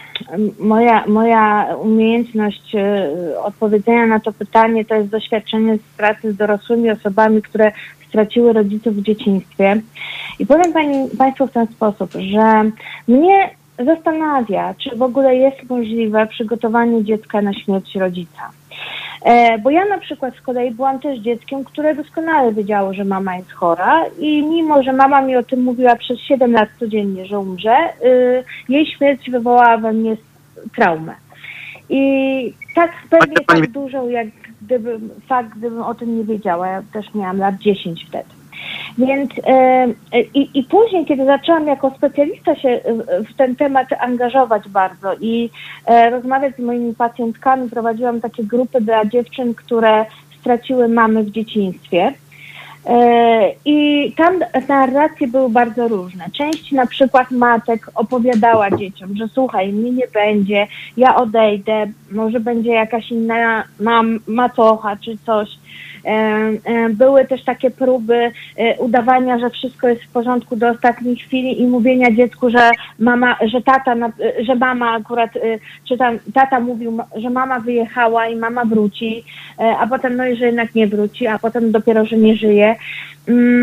Speaker 4: moja umiejętność odpowiedzenia na to pytanie to jest doświadczenie z pracy z dorosłymi osobami, które straciły rodziców w dzieciństwie. I powiem Państwu w ten sposób, że mnie zastanawia, czy w ogóle jest możliwe przygotowanie dziecka na śmierć rodzica. Bo ja na przykład z kolei byłam też dzieckiem, które doskonale wiedziało, że mama jest chora i mimo, że mama mi o tym mówiła przez 7 lat codziennie, że umrze, jej śmierć wywołała we mnie traumę. I tak pewnie tak dużą, jak gdybym o tym nie wiedziała. Ja też miałam lat 10 wtedy. Więc i później, kiedy zaczęłam jako specjalista się w ten temat angażować bardzo i rozmawiać z moimi pacjentkami, prowadziłam takie grupy dla dziewczyn, które straciły mamy w dzieciństwie. I tam narracje były bardzo różne. Część na przykład matek opowiadała dzieciom, że słuchaj, mnie nie będzie, ja odejdę, może będzie jakaś inna macocha czy coś. Były też takie próby udawania, że wszystko jest w porządku do ostatniej chwili i mówienia dziecku, że mama akurat, czy tam tata mówił, że mama wyjechała i mama wróci, a potem że jednak nie wróci, a potem dopiero, że nie żyje.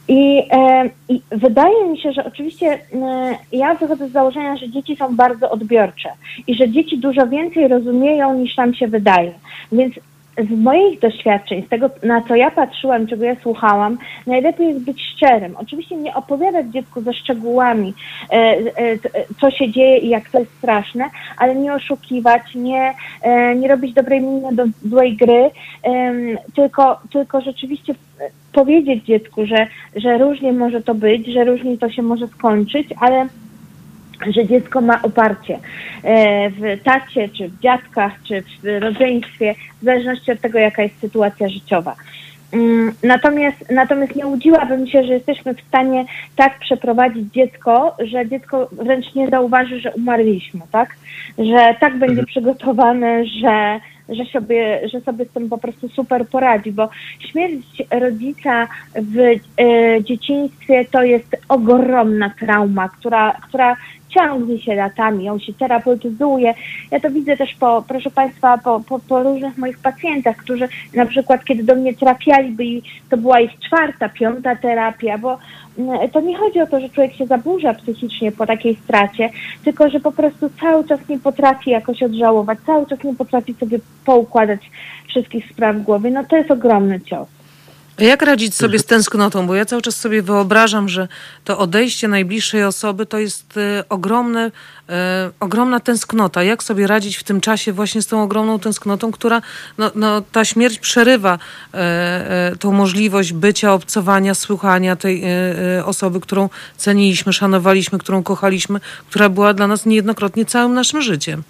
Speaker 4: I wydaje mi się, że oczywiście ja wychodzę z założenia, że dzieci są bardzo odbiorcze i że dzieci dużo więcej rozumieją, niż nam się wydaje. Więc z moich doświadczeń, z tego, na co ja patrzyłam, czego ja słuchałam, najlepiej jest być szczerym. Oczywiście nie opowiadać dziecku ze szczegółami, co się dzieje i jak to jest straszne, ale nie oszukiwać, nie robić dobrej miny do złej gry, tylko rzeczywiście powiedzieć dziecku, że różnie może to być, że różnie to się może skończyć, ale że dziecko ma oparcie w tacie, czy w dziadkach, czy w rodzeństwie, w zależności od tego, jaka jest sytuacja życiowa. Natomiast nie łudziłabym się, że jesteśmy w stanie tak przeprowadzić dziecko, że dziecko wręcz nie zauważy, że umarliśmy, tak? Że tak będzie przygotowane, że sobie z tym po prostu super poradzi, bo śmierć rodzica w dzieciństwie to jest ogromna trauma, która ciągnie się latami, on się terapeutyzuje. Ja to widzę też proszę Państwa, po różnych moich pacjentach, którzy na przykład, kiedy do mnie trafialiby i to była ich 4., 5. terapia, bo to nie chodzi o to, że człowiek się zaburza psychicznie po takiej stracie, tylko że po prostu cały czas nie potrafi jakoś odżałować, cały czas nie potrafi sobie poukładać wszystkich spraw w głowie. No to jest ogromny cios.
Speaker 1: Jak radzić sobie z tęsknotą? Bo ja cały czas sobie wyobrażam, że to odejście najbliższej osoby to jest ogromna tęsknota. Jak sobie radzić w tym czasie właśnie z tą ogromną tęsknotą, która ta śmierć przerywa tą możliwość bycia, obcowania, słuchania tej osoby, którą ceniliśmy, szanowaliśmy, którą kochaliśmy, która była dla nas niejednokrotnie całym naszym życiem.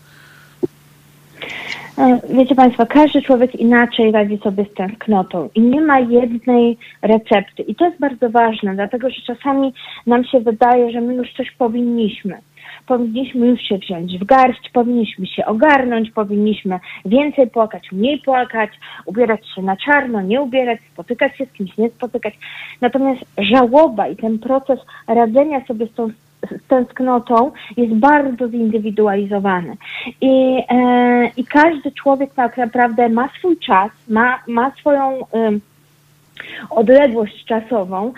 Speaker 4: Wiecie Państwo, każdy człowiek inaczej radzi sobie z tęsknotą i nie ma jednej recepty. I to jest bardzo ważne, dlatego że czasami nam się wydaje, że my już coś powinniśmy. Powinniśmy już się wziąć w garść, powinniśmy się ogarnąć, powinniśmy więcej płakać, mniej płakać, ubierać się na czarno, nie ubierać, spotykać się z kimś, nie spotykać. Natomiast żałoba i ten proces radzenia sobie z tą tęsknotą jest bardzo zindywidualizowany. I każdy człowiek tak naprawdę ma swój czas, ma swoją odległość czasową,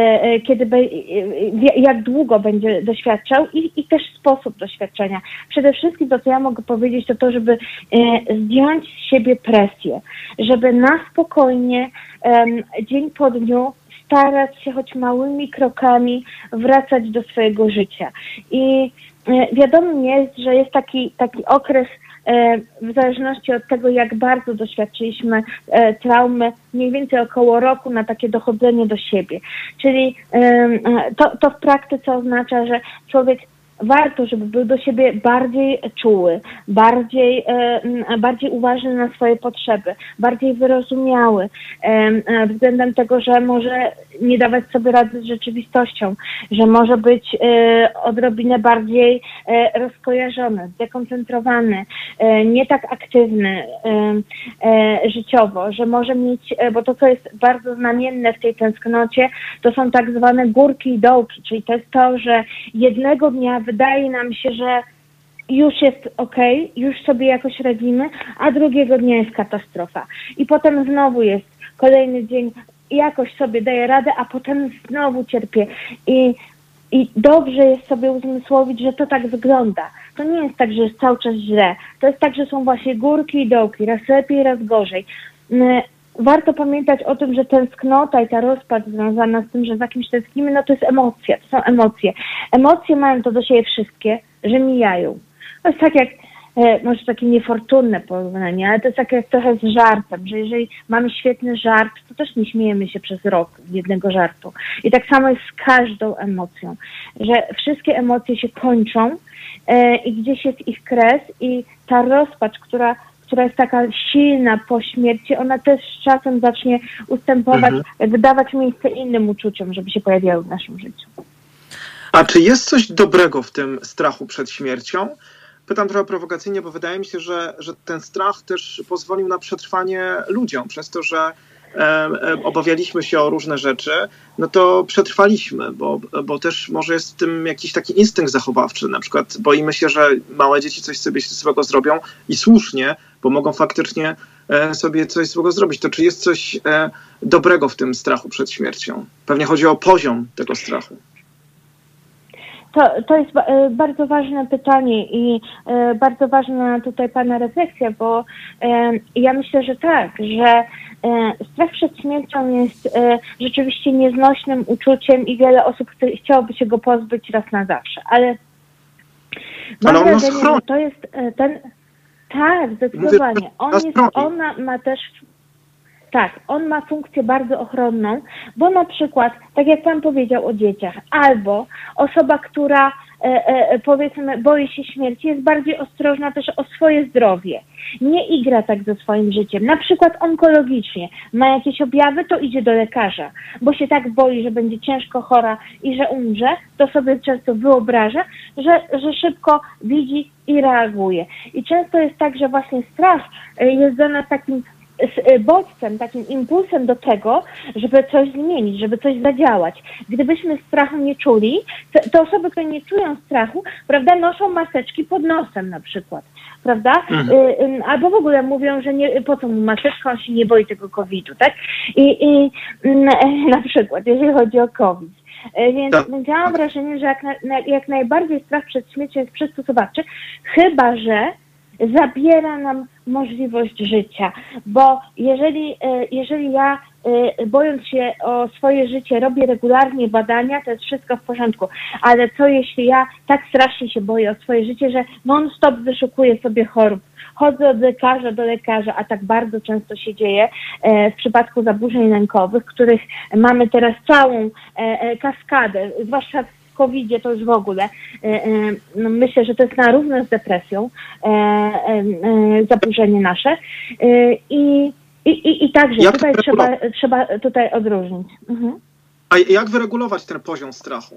Speaker 4: jak długo będzie doświadczał i też sposób doświadczenia. Przede wszystkim to, co ja mogę powiedzieć, to żeby zdjąć z siebie presję, żeby na spokojnie, dzień po dniu starać się choć małymi krokami wracać do swojego życia. I wiadomo jest, że jest taki okres, w zależności od tego, jak bardzo doświadczyliśmy traumy, mniej więcej około roku na takie dochodzenie do siebie. Czyli to w praktyce oznacza, że człowiek warto, żeby był do siebie bardziej czuły, bardziej uważny na swoje potrzeby, bardziej wyrozumiały względem tego, że może nie dawać sobie rady z rzeczywistością, że może być odrobinę bardziej rozkojarzony, zdekoncentrowany, nie tak aktywny życiowo, że może mieć, bo to, co jest bardzo znamienne w tej tęsknocie, to są tak zwane górki i dołki, czyli to jest to, że jednego dnia wydaje nam się, że już jest okej, już sobie jakoś radzimy, a drugiego dnia jest katastrofa. I potem znowu jest kolejny dzień, jakoś sobie daję radę, a potem znowu cierpię. I dobrze jest sobie uzmysłowić, że to tak wygląda. To nie jest tak, że jest cały czas źle. To jest tak, że są właśnie górki i dołki, raz lepiej, raz gorzej. Warto pamiętać o tym, że tęsknota i ta rozpacz związana z tym, że za kimś tęsknimy, no to jest emocja, to są emocje. Emocje mają to do siebie wszystkie, że mijają. To jest tak jak, może takie niefortunne porównanie, ale to jest tak jak trochę z żartem, że jeżeli mamy świetny żart, to też nie śmiejemy się przez rok z jednego żartu. I tak samo jest z każdą emocją, że wszystkie emocje się kończą i gdzieś jest ich kres i ta rozpacz, która jest taka silna po śmierci, ona też z czasem zacznie ustępować, wydawać miejsce innym uczuciom, żeby się pojawiały w naszym życiu.
Speaker 2: A czy jest coś dobrego w tym strachu przed śmiercią? Pytam trochę prowokacyjnie, bo wydaje mi się, że ten strach też pozwolił na przetrwanie ludziom. Przez to, że obawialiśmy się o różne rzeczy, no to przetrwaliśmy, bo też może jest w tym jakiś taki instynkt zachowawczy. Na przykład boimy się, że małe dzieci coś sobie złego zrobią i słusznie, bo mogą faktycznie sobie coś złego zrobić. To czy jest coś dobrego w tym strachu przed śmiercią? Pewnie chodzi o poziom tego strachu.
Speaker 4: To jest bardzo ważne pytanie i bardzo ważna tutaj Pana refleksja, bo ja myślę, że tak, że strach przed śmiercią jest rzeczywiście nieznośnym uczuciem i wiele osób chciałoby się go pozbyć raz na zawsze, ale mam wrażenie, że to jest ten... Tak, zdecydowanie. Ona ma też... Tak, on ma funkcję bardzo ochronną, bo na przykład, tak jak Pan powiedział o dzieciach, albo osoba, która powiedzmy boi się śmierci, jest bardziej ostrożna też o swoje zdrowie. Nie igra tak ze swoim życiem. Na przykład onkologicznie ma jakieś objawy, to idzie do lekarza, bo się tak boi, że będzie ciężko chora i że umrze, to sobie często wyobraża, że szybko widzi i reaguje. I często jest tak, że właśnie strach jest dla nas takim bodźcem, takim impulsem do tego, żeby coś zmienić, żeby coś zadziałać. Gdybyśmy strachu nie czuli, to osoby, które nie czują strachu, prawda, noszą maseczki pod nosem na przykład, prawda? Albo w ogóle mówią, że nie, po co mu maseczka, on się nie boi tego COVID-u, tak? I na przykład, jeżeli chodzi o COVID. Więc ja mam wrażenie, że jak najbardziej strach przed śmiercią jest przystosowawczy, chyba że zabiera nam możliwość życia, bo jeżeli ja bojąc się o swoje życie robię regularnie badania, to jest wszystko w porządku, ale co jeśli ja tak strasznie się boję o swoje życie, że non-stop wyszukuję sobie chorób, chodzę od lekarza do lekarza, a tak bardzo często się dzieje w przypadku zaburzeń lękowych, których mamy teraz całą kaskadę, zwłaszcza w COVID-zie to już w ogóle. Myślę, że to jest na równo z depresją zaburzenie nasze. I także tutaj trzeba tutaj odróżnić. Mhm.
Speaker 2: A jak wyregulować ten poziom strachu?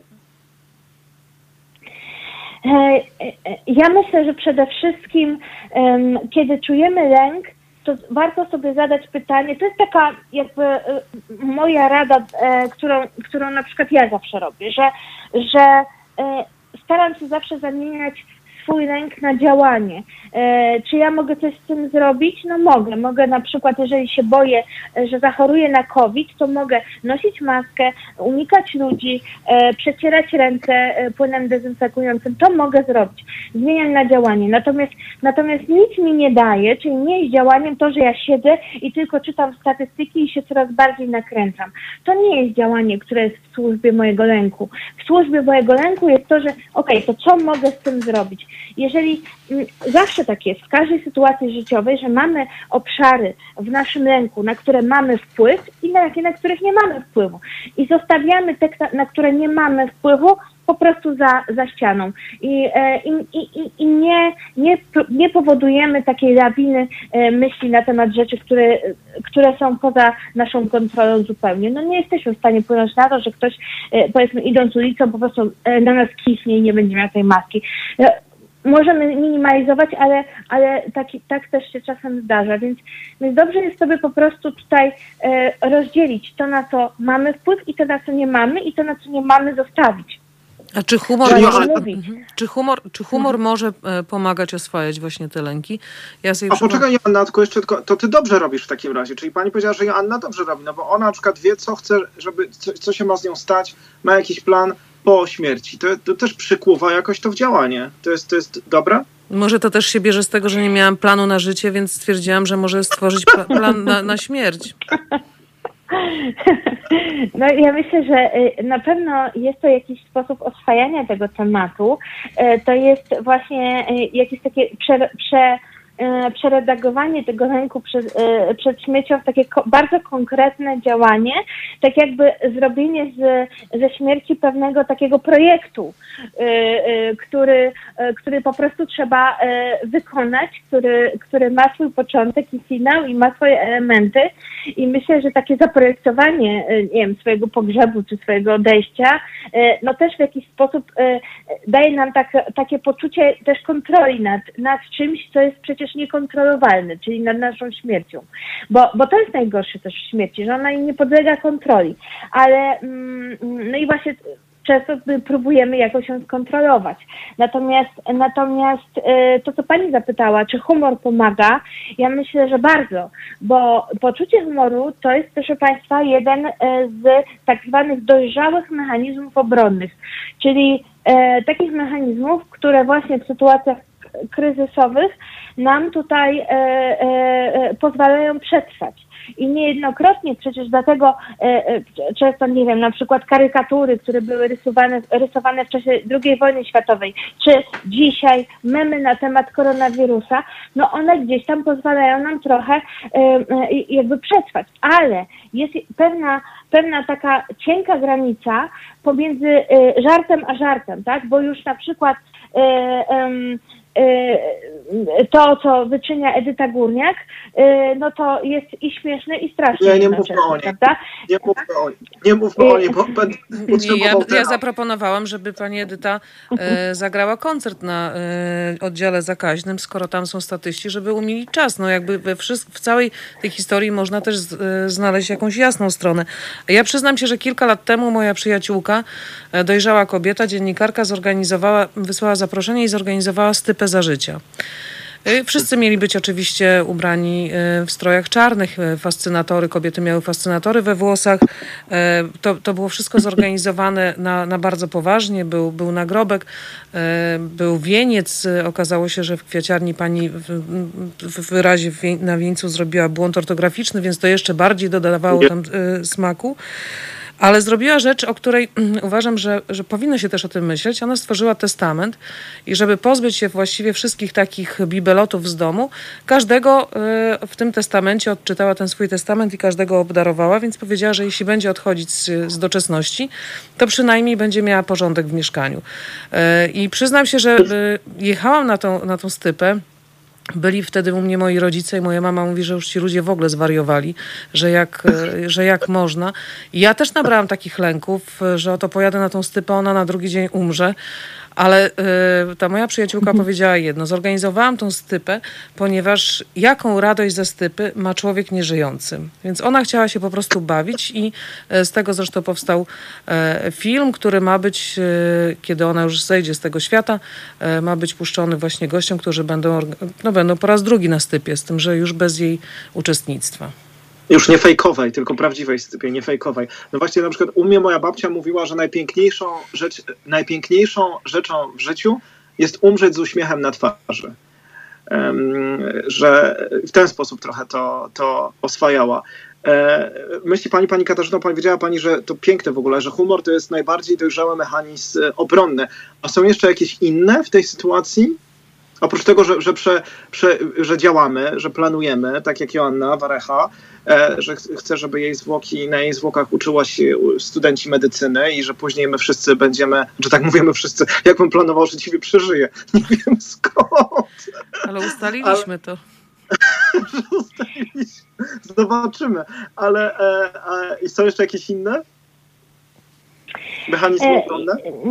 Speaker 4: Ja myślę, że przede wszystkim, kiedy czujemy lęk, to warto sobie zadać pytanie, to jest taka jakby moja rada, którą na przykład ja zawsze robię, że staram się zawsze zamieniać swój lęk na działanie. Czy ja mogę coś z tym zrobić? No mogę. Mogę na przykład, jeżeli się boję, że zachoruję na COVID, to mogę nosić maskę, unikać ludzi, przecierać ręce płynem dezynfekującym. To mogę zrobić. Zmieniam na działanie. Natomiast nic mi nie daje, czyli nie jest działaniem to, że ja siedzę i tylko czytam statystyki i się coraz bardziej nakręcam. To nie jest działanie, które jest w służbie mojego lęku. W służbie mojego lęku jest to, że to co mogę z tym zrobić? Jeżeli zawsze tak jest, w każdej sytuacji życiowej, że mamy obszary w naszym lęku, na które mamy wpływ i na takie, na których nie mamy wpływu. I zostawiamy te, na które nie mamy wpływu, po prostu za ścianą. I nie powodujemy takiej lawiny myśli na temat rzeczy, które są poza naszą kontrolą zupełnie. No nie jesteśmy w stanie wpłynąć na to, że ktoś, powiedzmy, idąc ulicą, po prostu na nas kichnie i nie będzie miał tej maski. Możemy minimalizować, ale tak też się czasem zdarza, więc dobrze jest sobie po prostu tutaj rozdzielić to, na co mamy wpływ i to, na co nie mamy i to, na co nie mamy, zostawić.
Speaker 1: A czy humor może pomagać oswajać właśnie te lęki?
Speaker 2: Poczekaj, Joanna, tylko jeszcze to ty dobrze robisz w takim razie. Czyli pani powiedziała, że Joanna dobrze robi, no bo ona na przykład wie, co chce, co się ma z nią stać, ma jakiś plan po śmierci. To też przykuwa jakoś to w działanie. To jest dobre?
Speaker 1: Może to też się bierze z tego, że nie miałam planu na życie, więc stwierdziłam, że może stworzyć plan na śmierć.
Speaker 4: No ja myślę, że na pewno jest to jakiś sposób oswajania tego tematu. To jest właśnie jakieś takie przeredagowanie tego lęku przed śmiercią w takie bardzo konkretne działanie, tak jakby zrobienie ze śmierci pewnego takiego projektu, który po prostu trzeba wykonać, który ma swój początek i finał i ma swoje elementy i myślę, że takie zaprojektowanie, nie wiem, swojego pogrzebu czy swojego odejścia, no też w jakiś sposób daje nam takie poczucie też kontroli nad czymś, co jest przecież niekontrolowalne, czyli nad naszą śmiercią. Bo to jest najgorsze też w śmierci, że ona nie podlega kontroli. Ale no i właśnie często próbujemy jakoś ją skontrolować. Natomiast to, co pani zapytała, czy humor pomaga, ja myślę, że bardzo, bo poczucie humoru to jest, proszę państwa, jeden z tak zwanych dojrzałych mechanizmów obronnych, czyli takich mechanizmów, które właśnie w sytuacjach kryzysowych nam tutaj pozwalają przetrwać. I niejednokrotnie przecież dlatego często, nie wiem, na przykład karykatury, które były rysowane w czasie II wojny światowej, czy dzisiaj memy na temat koronawirusa, no one gdzieś tam pozwalają nam trochę jakby przetrwać. Ale jest pewna taka cienka granica pomiędzy żartem a żartem, tak? Bo już na przykład to, co wyczynia Edyta Górniak, no to jest i śmieszne, i straszne.
Speaker 2: Nie mówmy o niej. Prawda? Nie mówmy o niej, bo będę potrzebował
Speaker 1: Ja zaproponowałam, żeby pani Edyta zagrała koncert na oddziale zakaźnym, skoro tam są statyści, żeby umilić czas. No jakby w całej tej historii można też znaleźć jakąś jasną stronę. Ja przyznam się, że kilka lat temu moja przyjaciółka, dojrzała kobieta, dziennikarka, wysłała zaproszenie i zorganizowała stypę za życia. Wszyscy mieli być oczywiście ubrani w strojach czarnych, fascynatory, kobiety miały fascynatory we włosach. To było wszystko zorganizowane na bardzo poważnie. Był nagrobek, był wieniec. Okazało się, że w kwiaciarni pani w wyrazie na wieńcu zrobiła błąd ortograficzny, więc to jeszcze bardziej dodawało tam smaku. Ale zrobiła rzecz, o której uważam, że powinno się też o tym myśleć. Ona stworzyła testament i żeby pozbyć się właściwie wszystkich takich bibelotów z domu, każdego w tym testamencie odczytała ten swój testament i każdego obdarowała, więc powiedziała, że jeśli będzie odchodzić z doczesności, to przynajmniej będzie miała porządek w mieszkaniu. I przyznam się, że jechałam na tą stypę. Byli wtedy u mnie moi rodzice i moja mama mówi, że już ci ludzie w ogóle zwariowali, że jak można. I ja też nabrałam takich lęków, że oto pojadę na tą stypę, ona na drugi dzień umrze. Ale ta moja przyjaciółka powiedziała jedno. Zorganizowałam tą stypę, ponieważ jaką radość ze stypy ma człowiek nieżyjący. Więc ona chciała się po prostu bawić i z tego zresztą powstał film, który ma być, kiedy ona już zejdzie z tego świata, ma być puszczony właśnie gościom, którzy będą po raz drugi na stypie, z tym, że już bez jej uczestnictwa.
Speaker 2: Już nie fejkowej, tylko prawdziwej stypie, nie fejkowej. No właśnie na przykład u mnie moja babcia mówiła, że najpiękniejszą rzeczą w życiu jest umrzeć z uśmiechem na twarzy. Że w ten sposób trochę to oswajała. Myśli pani Katarzyno, powiedziała pani, że to piękne w ogóle, że humor to jest najbardziej dojrzały mechanizm obronny. A są jeszcze jakieś inne w tej sytuacji? Oprócz tego, że działamy, że planujemy, tak jak Joanna Warecha, że chce, żeby na jej zwłokach uczyła się studenci medycyny i że później my wszyscy będziemy, że tak mówimy wszyscy, jakbym planował, że ciebie przeżyję. Nie wiem skąd.
Speaker 1: Ale ustaliliśmy to.
Speaker 2: Zobaczymy. Ale i są jeszcze jakieś inne mechanizmy obronne?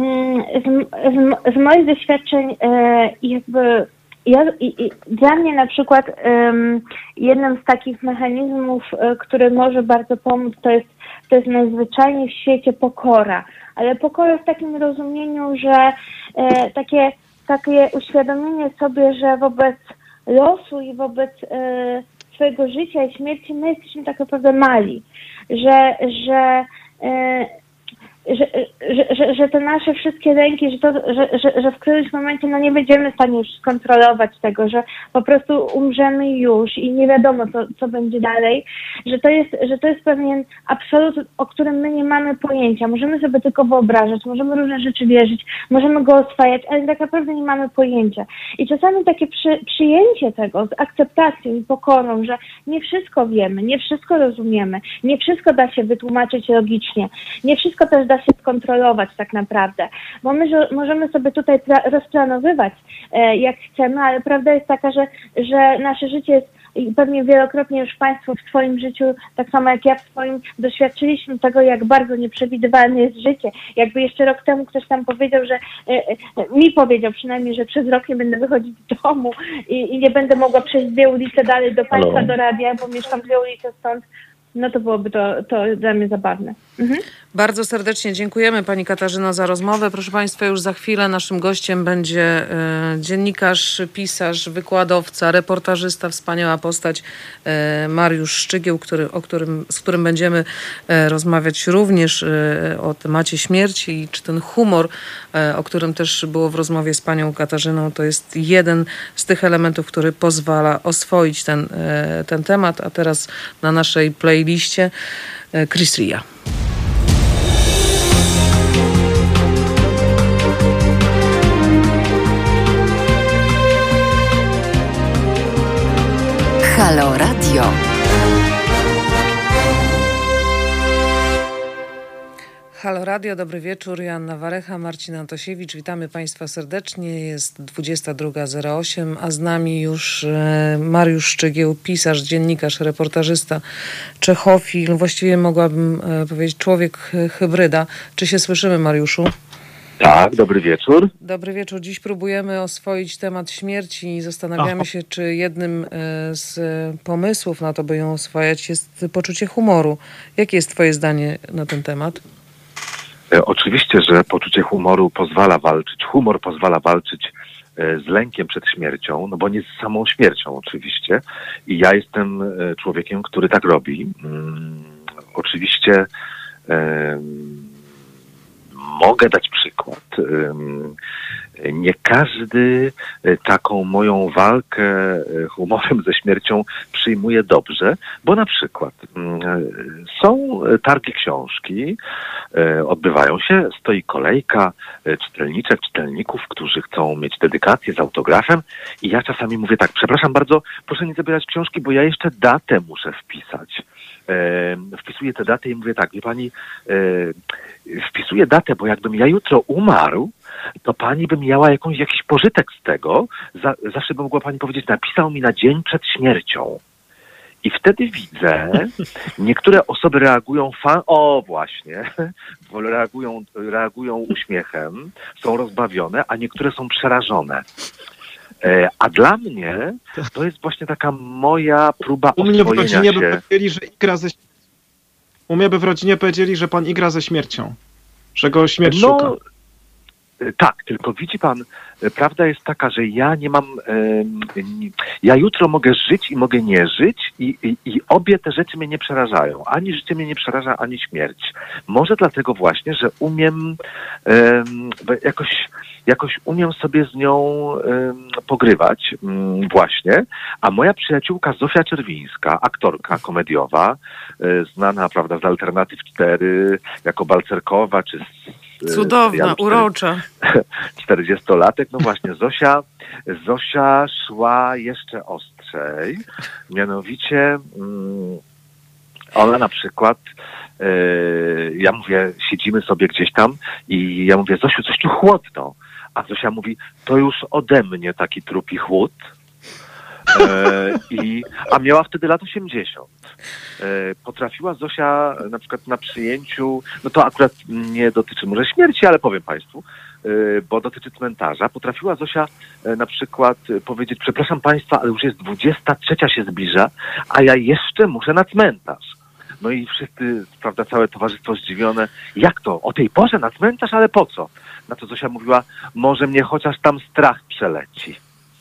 Speaker 4: Z moich doświadczeń jakby dla mnie na przykład jednym z takich mechanizmów, który może bardzo pomóc, to jest najzwyczajniej w świecie pokora. Ale pokora w takim rozumieniu, że takie uświadomienie sobie, że wobec losu i wobec swojego życia i śmierci my jesteśmy tak naprawdę mali. Że te nasze wszystkie lęki, że w którymś momencie nie będziemy w stanie już skontrolować tego, że po prostu umrzemy już i nie wiadomo, co będzie dalej, że to jest pewien absolut, o którym my nie mamy pojęcia. Możemy sobie tylko wyobrażać, możemy różne rzeczy wierzyć, możemy go oswajać, ale tak naprawdę nie mamy pojęcia. I czasami takie przyjęcie tego z akceptacją i pokorą, że nie wszystko wiemy, nie wszystko rozumiemy, nie wszystko da się wytłumaczyć logicznie, nie wszystko też da się skontrolować tak naprawdę, bo my możemy sobie tutaj rozplanowywać jak chcemy, ale prawda jest taka, że nasze życie jest i pewnie wielokrotnie już Państwo w swoim życiu, tak samo jak ja w swoim, doświadczyliśmy tego, jak bardzo nieprzewidywalne jest życie. Jakby jeszcze rok temu ktoś tam powiedział, że mi powiedział przynajmniej, że przez rok nie będę wychodzić z domu i nie będę mogła przejść 2 ulice dalej do Państwa, do radia, bo mieszkam 2 ulice stąd, no to byłoby to dla mnie zabawne. Mhm.
Speaker 1: Bardzo serdecznie dziękujemy pani Katarzyno za rozmowę. Proszę państwa, już za chwilę naszym gościem będzie dziennikarz, pisarz, wykładowca, reportażysta, wspaniała postać Mariusz Szczygieł, z którym będziemy rozmawiać również o temacie śmierci i czy ten humor, o którym też było w rozmowie z panią Katarzyną, to jest jeden z tych elementów, który pozwala oswoić ten temat. A teraz na naszej playliście Chris Ria.
Speaker 5: Halo Radio.
Speaker 1: Halo Radio, dobry wieczór. Joanna Warecha, Marcin Antosiewicz. Witamy państwa serdecznie. Jest 22:08, a z nami już Mariusz Szczygieł, pisarz, dziennikarz, reportażysta, czechofil. Właściwie mogłabym powiedzieć człowiek hybryda. Czy się słyszymy, Mariuszu?
Speaker 6: Tak, dobry wieczór.
Speaker 1: Dobry wieczór. Dziś próbujemy oswoić temat śmierci i zastanawiamy się, czy jednym z pomysłów na to, by ją oswajać, jest poczucie humoru. Jakie jest twoje zdanie na ten temat?
Speaker 6: Oczywiście, że poczucie humoru pozwala walczyć. Humor pozwala walczyć z lękiem przed śmiercią, no bo nie z samą śmiercią oczywiście. I ja jestem człowiekiem, który tak robi. Oczywiście mogę dać przykład. Nie każdy taką moją walkę humorem ze śmiercią przyjmuje dobrze, bo na przykład są targi książki, odbywają się, stoi kolejka czytelniczek, czytelników, którzy chcą mieć dedykację z autografem i ja czasami mówię tak: przepraszam bardzo, proszę nie zabierać książki, bo ja jeszcze datę muszę wpisać. Wpisuję tę datę i mówię tak: wie pani, wpisuję datę, bo jakbym ja jutro umarł, to pani by miała jakiś pożytek z tego. Zawsze by mogła pani powiedzieć: napisał mi na dzień przed śmiercią. I wtedy widzę, niektóre osoby reagują właśnie, reagują uśmiechem, są rozbawione, a niektóre są przerażone. A dla mnie to jest właśnie taka moja próba oswojenia się.
Speaker 2: U mnie by w rodzinie powiedzieli, że pan igra ze śmiercią, że go śmierć szuka.
Speaker 6: Tak, tylko widzi pan, prawda jest taka, że ja nie mam, ja jutro mogę żyć i mogę nie żyć i obie te rzeczy mnie nie przerażają. Ani życie mnie nie przeraża, ani śmierć. Może dlatego właśnie, że umiem jakoś umiem sobie z nią pogrywać właśnie, a moja przyjaciółka Zofia Czerwińska, aktorka komediowa, znana, prawda, z Alternatyw 4, jako Balcerkowa, czy
Speaker 1: cudowna, urocza.
Speaker 6: 40-latek, no właśnie, Zosia szła jeszcze ostrzej, mianowicie ona na przykład, ja mówię, siedzimy sobie gdzieś tam i ja mówię: Zosiu, coś tu chłodno, a Zosia mówi: to już ode mnie taki trupi chłód. A miała wtedy lat 80. Potrafiła Zosia na przykład na przyjęciu, no to akurat nie dotyczy może śmierci, ale powiem państwu, bo dotyczy cmentarza. Potrafiła Zosia na przykład powiedzieć: przepraszam państwa, ale już jest 23 się zbliża, a ja jeszcze muszę na cmentarz. No i wszyscy, prawda, całe towarzystwo zdziwione: jak to? O tej porze na cmentarz? Ale po co? Na to Zosia mówiła: może mnie chociaż tam strach przeleci.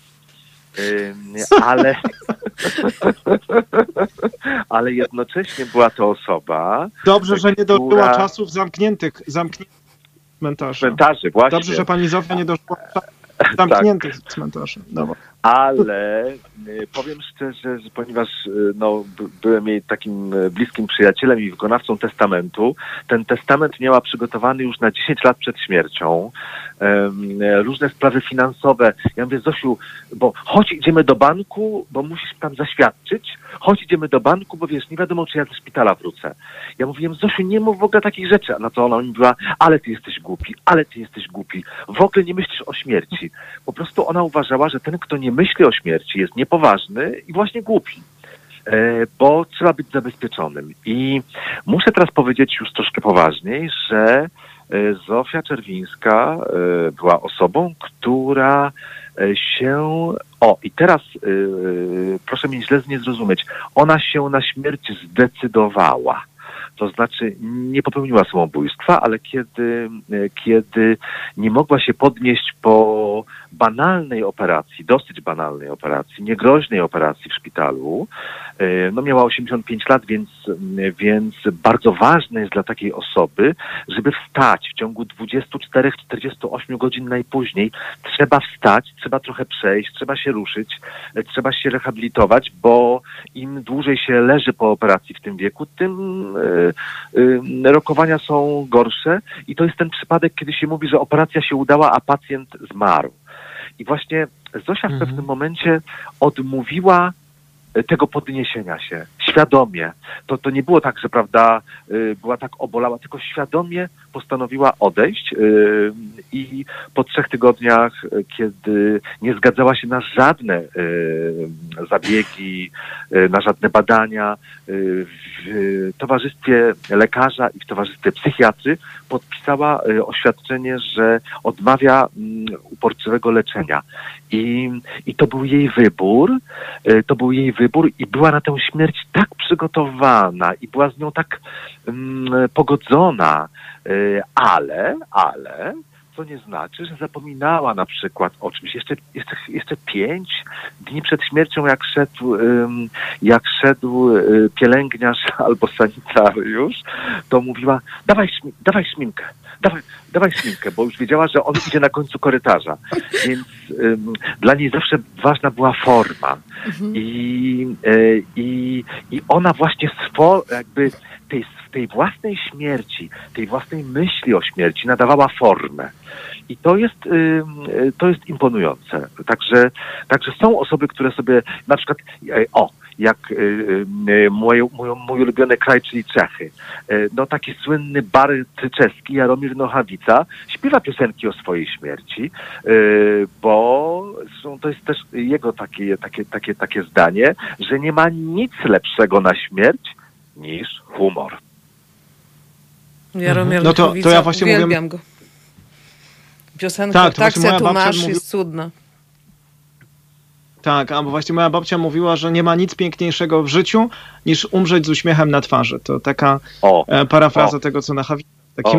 Speaker 6: Ale jednocześnie była to osoba...
Speaker 2: Dobrze, że nie dożyła czasów zamkniętych
Speaker 6: cmentarzy. Właśnie.
Speaker 2: Dobrze, że pani Zofia nie doszła zamkniętych cmentarzy. Dobra.
Speaker 6: Ale powiem szczerze, że ponieważ byłem jej takim bliskim przyjacielem i wykonawcą testamentu, ten testament miała przygotowany już na 10 lat przed śmiercią. Różne sprawy finansowe. Ja mówię: Zosiu, bo chodź, idziemy do banku, bo musisz tam zaświadczyć. Chodź, idziemy do banku, bo wiesz, nie wiadomo, czy ja ze szpitala wrócę. Ja mówiłem: Zosiu, nie mów w ogóle takich rzeczy. A na to ona mi mówiła: ale ty jesteś głupi. W ogóle nie myślisz o śmierci. Po prostu ona uważała, że ten, kto nie myśli o śmierci, jest niepoważny i właśnie głupi. Bo trzeba być zabezpieczonym. I muszę teraz powiedzieć już troszkę poważniej, że Zofia Czerwińska była osobą, która się... I teraz proszę mnie źle nie zrozumieć. Ona się na śmierć zdecydowała. To znaczy nie popełniła samobójstwa, ale kiedy nie mogła się podnieść po banalnej operacji, dosyć banalnej operacji, niegroźnej operacji w szpitalu, no miała 85 lat, więc bardzo ważne jest dla takiej osoby, żeby wstać w ciągu 24-48 godzin najpóźniej. Trzeba wstać, trzeba trochę przejść, trzeba się ruszyć, trzeba się rehabilitować, bo im dłużej się leży po operacji w tym wieku, tym rokowania są gorsze i to jest ten przypadek, kiedy się mówi, że operacja się udała, a pacjent zmarł. I właśnie Zosia w pewnym momencie odmówiła tego podniesienia się, świadomie. To nie było tak, że prawda, była tak obolała, tylko świadomie postanowiła odejść i po 3 tygodniach, kiedy nie zgadzała się na żadne zabiegi, na żadne badania, w towarzystwie lekarza i w towarzystwie psychiatry podpisała oświadczenie, że odmawia uporczywego leczenia. I to był jej wybór, i była na tę śmierć tak przygotowana i była z nią tak pogodzona, ale to nie znaczy, że zapominała na przykład o czymś. Jeszcze 5 dni przed śmiercią, jak szedł pielęgniarz albo sanitariusz, to mówiła, dawaj szminkę, dawaj szminkę, bo już wiedziała, że on idzie na końcu korytarza. Więc dla niej zawsze ważna była forma. I ona właśnie jakby tej własnej śmierci, tej własnej myśli o śmierci nadawała formę. I to jest imponujące. Także są osoby, które sobie na przykład, jak mój ulubiony kraj, czyli Czechy. No taki słynny baryt czeski Jaromír Nohavica śpiewa piosenki o swojej śmierci, bo to jest też jego takie zdanie, że nie ma nic lepszego na śmierć niż humor.
Speaker 1: Jaromír
Speaker 2: No to
Speaker 1: Nohavica,
Speaker 2: ja właśnie
Speaker 1: uwielbiam go. Piosenka tak se tu masz jest cudna.
Speaker 2: Tak, bo właśnie moja babcia mówiła, że nie ma nic piękniejszego w życiu niż umrzeć z uśmiechem na twarzy. To taka parafraza tego, co Nohavica w takim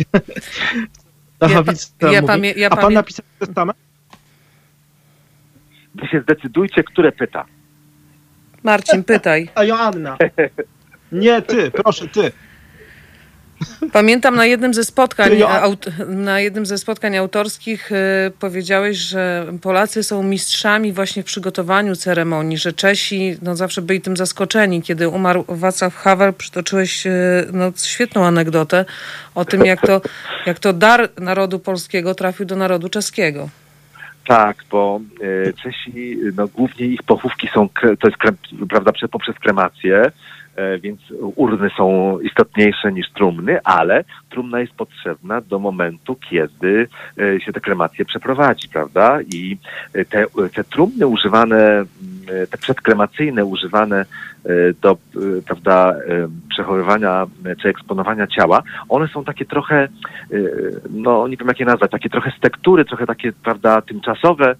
Speaker 2: razie mówi. A pan napisał testament?
Speaker 6: Wy się zdecydujcie, które pyta.
Speaker 1: Marcin, pytaj.
Speaker 2: A Joanna. Nie, ty, proszę, ty.
Speaker 1: Pamiętam na jednym ze spotkań autorskich powiedziałeś, że Polacy są mistrzami właśnie w przygotowaniu ceremonii, że Czesi zawsze byli tym zaskoczeni. Kiedy umarł Václav Havel, przytoczyłeś świetną anegdotę o tym, jak to dar narodu polskiego trafił do narodu czeskiego.
Speaker 6: Tak, bo Czesi, głównie ich pochówki to jest prawda, poprzez kremację, więc urny są istotniejsze niż trumny, ale trumna jest potrzebna do momentu, kiedy się te kremacje przeprowadzi, prawda? I te trumny używane, te przedkremacyjne używane do, prawda, przechowywania czy eksponowania ciała, one są takie trochę, nie wiem jak je nazwać, takie trochę z tektury, trochę takie, prawda, tymczasowe,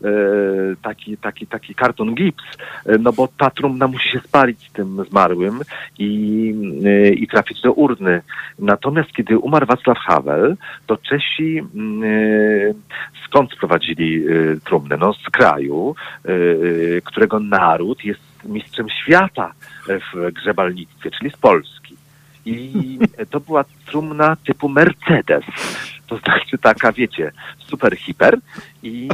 Speaker 6: taki karton gips, bo ta trumna musi się spalić z tym zmarłym i trafić do urny. Natomiast kiedy umarł Václav Havel, to Czesi skąd sprowadzili trumnę? Z kraju, którego naród jest mistrzem świata w grzebalnictwie, czyli z Polski. I to była trumna typu Mercedes. To znaczy taka, wiecie, super hiper i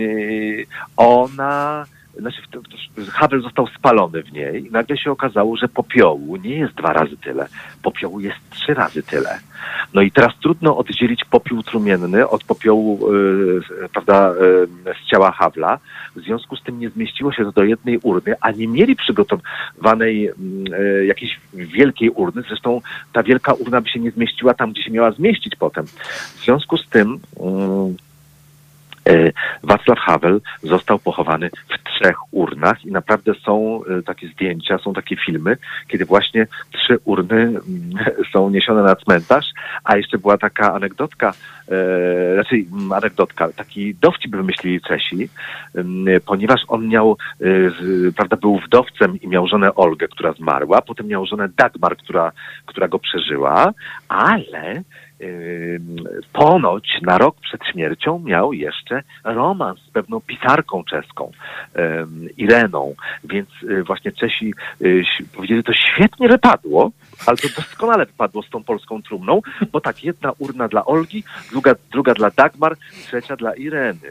Speaker 6: ona... Havel został spalony w niej i nagle się okazało, że popiołu nie jest 2 razy tyle. Popiołu jest 3 razy tyle. No i teraz trudno oddzielić popiół trumienny od popiołu prawda, z ciała Havla. W związku z tym nie zmieściło się to do jednej urny, a nie mieli przygotowanej jakiejś wielkiej urny. Zresztą ta wielka urna by się nie zmieściła tam, gdzie się miała zmieścić potem. W związku z tym Wacław Havel został pochowany w 3 urnach i naprawdę są takie zdjęcia, są takie filmy, kiedy właśnie 3 urny są niesione na cmentarz, a jeszcze była taka anegdotka, taki dowcip wymyślili Czesi, ponieważ on miał, prawda, był wdowcem i miał żonę Olgę, która zmarła, potem miał żonę Dagmar, która go przeżyła, ale ponoć na rok przed śmiercią miał jeszcze romans z pewną pisarką czeską, Ireną, więc właśnie Czesi powiedzieli, że to świetnie wypadło, ale to doskonale wypadło z tą polską trumną, bo tak, jedna urna dla Olgi, druga dla Dagmar, trzecia dla Ireny.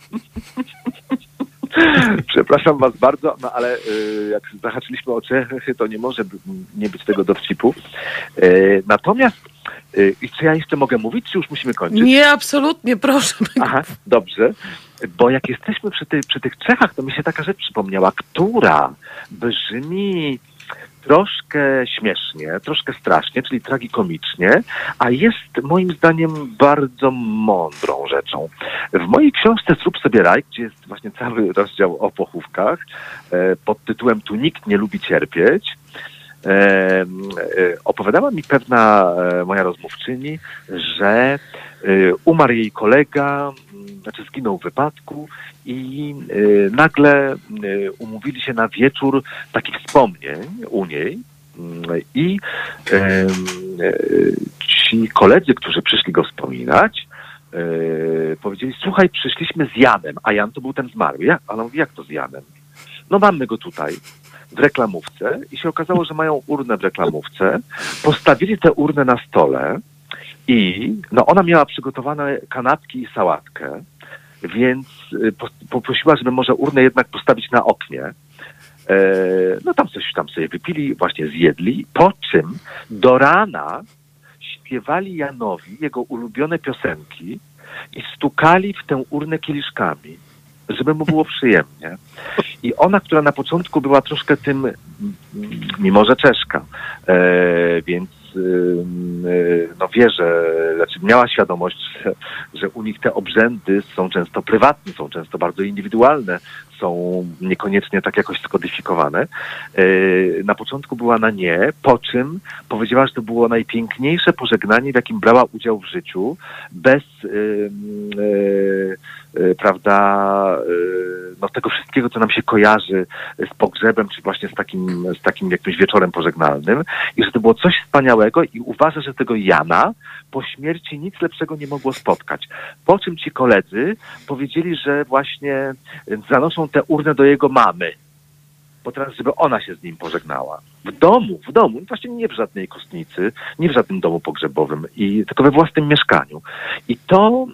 Speaker 6: Przepraszam was bardzo, no ale jak zahaczyliśmy o Czechy, to nie może nie być tego dowcipu. Natomiast i czy ja jeszcze mogę mówić, czy już musimy kończyć?
Speaker 1: Nie, absolutnie, proszę.
Speaker 6: Aha, dobrze. Bo jak jesteśmy przy tych Czechach, to mi się taka rzecz przypomniała, która brzmi troszkę śmiesznie, troszkę strasznie, czyli tragikomicznie, a jest moim zdaniem bardzo mądrą rzeczą. W mojej książce Zrób sobie raj, gdzie jest właśnie cały rozdział o pochówkach, pod tytułem Tu nikt nie lubi cierpieć, opowiadała mi pewna moja rozmówczyni, że umarł jej kolega, znaczy zginął w wypadku i nagle umówili się na wieczór takich wspomnień u niej i ci koledzy, którzy przyszli go wspominać, powiedzieli, słuchaj, przyszliśmy z Janem, a Jan to był ten zmarły. A ona mówi, jak to z Janem? No mamy go tutaj w reklamówce i się okazało, że mają urnę w reklamówce. Postawili tę urnę na stole i no ona miała przygotowane kanapki i sałatkę, więc poprosiła, żeby może urnę jednak postawić na oknie. No tam coś tam sobie wypili, właśnie zjedli, po czym do rana śpiewali Janowi jego ulubione piosenki i stukali w tę urnę kieliszkami, żeby mu było przyjemnie. I ona, która na początku była troszkę tym, mimo że Czeszka, więc no wie, znaczy miała świadomość, że u nich te obrzędy są często prywatne, są często bardzo indywidualne, są niekoniecznie tak jakoś skodyfikowane. Na początku była na nie, po czym powiedziała, że to było najpiękniejsze pożegnanie, w jakim brała udział w życiu, bez prawda, no tego wszystkiego, co nam się kojarzy z pogrzebem, czy właśnie z takim jakimś wieczorem pożegnalnym i że to było coś wspaniałego i uważa, że tego Jana po śmierci nic lepszego nie mogło spotkać. Po czym ci koledzy powiedzieli, że właśnie zanoszą tę urnę do jego mamy, bo teraz, żeby ona się z nim pożegnała. W domu, właśnie nie w żadnej kostnicy, nie w żadnym domu pogrzebowym, tylko we własnym mieszkaniu. I to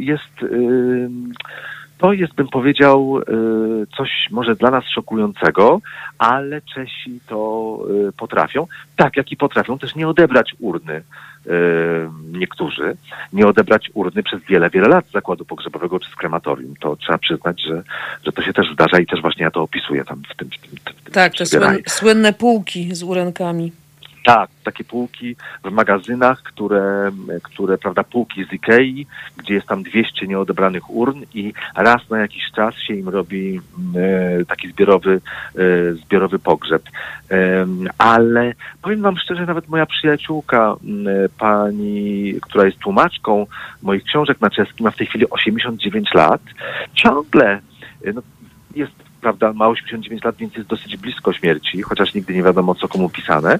Speaker 6: jest, bym powiedział, coś może dla nas szokującego, ale Czesi to potrafią. Tak, jak i potrafią też nie odebrać urny. Niektórzy nie odebrać urny przez wiele, wiele lat z zakładu pogrzebowego czy z krematorium. To trzeba przyznać, że to się też zdarza i też właśnie ja to opisuję tam w tym
Speaker 1: tak, te słynne półki z urenkami.
Speaker 6: Tak, takie półki w magazynach, które prawda, półki z Ikei, gdzie jest tam 200 nieodebranych urn i raz na jakiś czas się im robi taki zbiorowy pogrzeb. Ale powiem wam szczerze, nawet moja przyjaciółka, pani, która jest tłumaczką moich książek na czeski, ma w tej chwili 89 lat, ciągle jest, prawda, ma 89 lat, więc jest dosyć blisko śmierci, chociaż nigdy nie wiadomo, co komu pisane.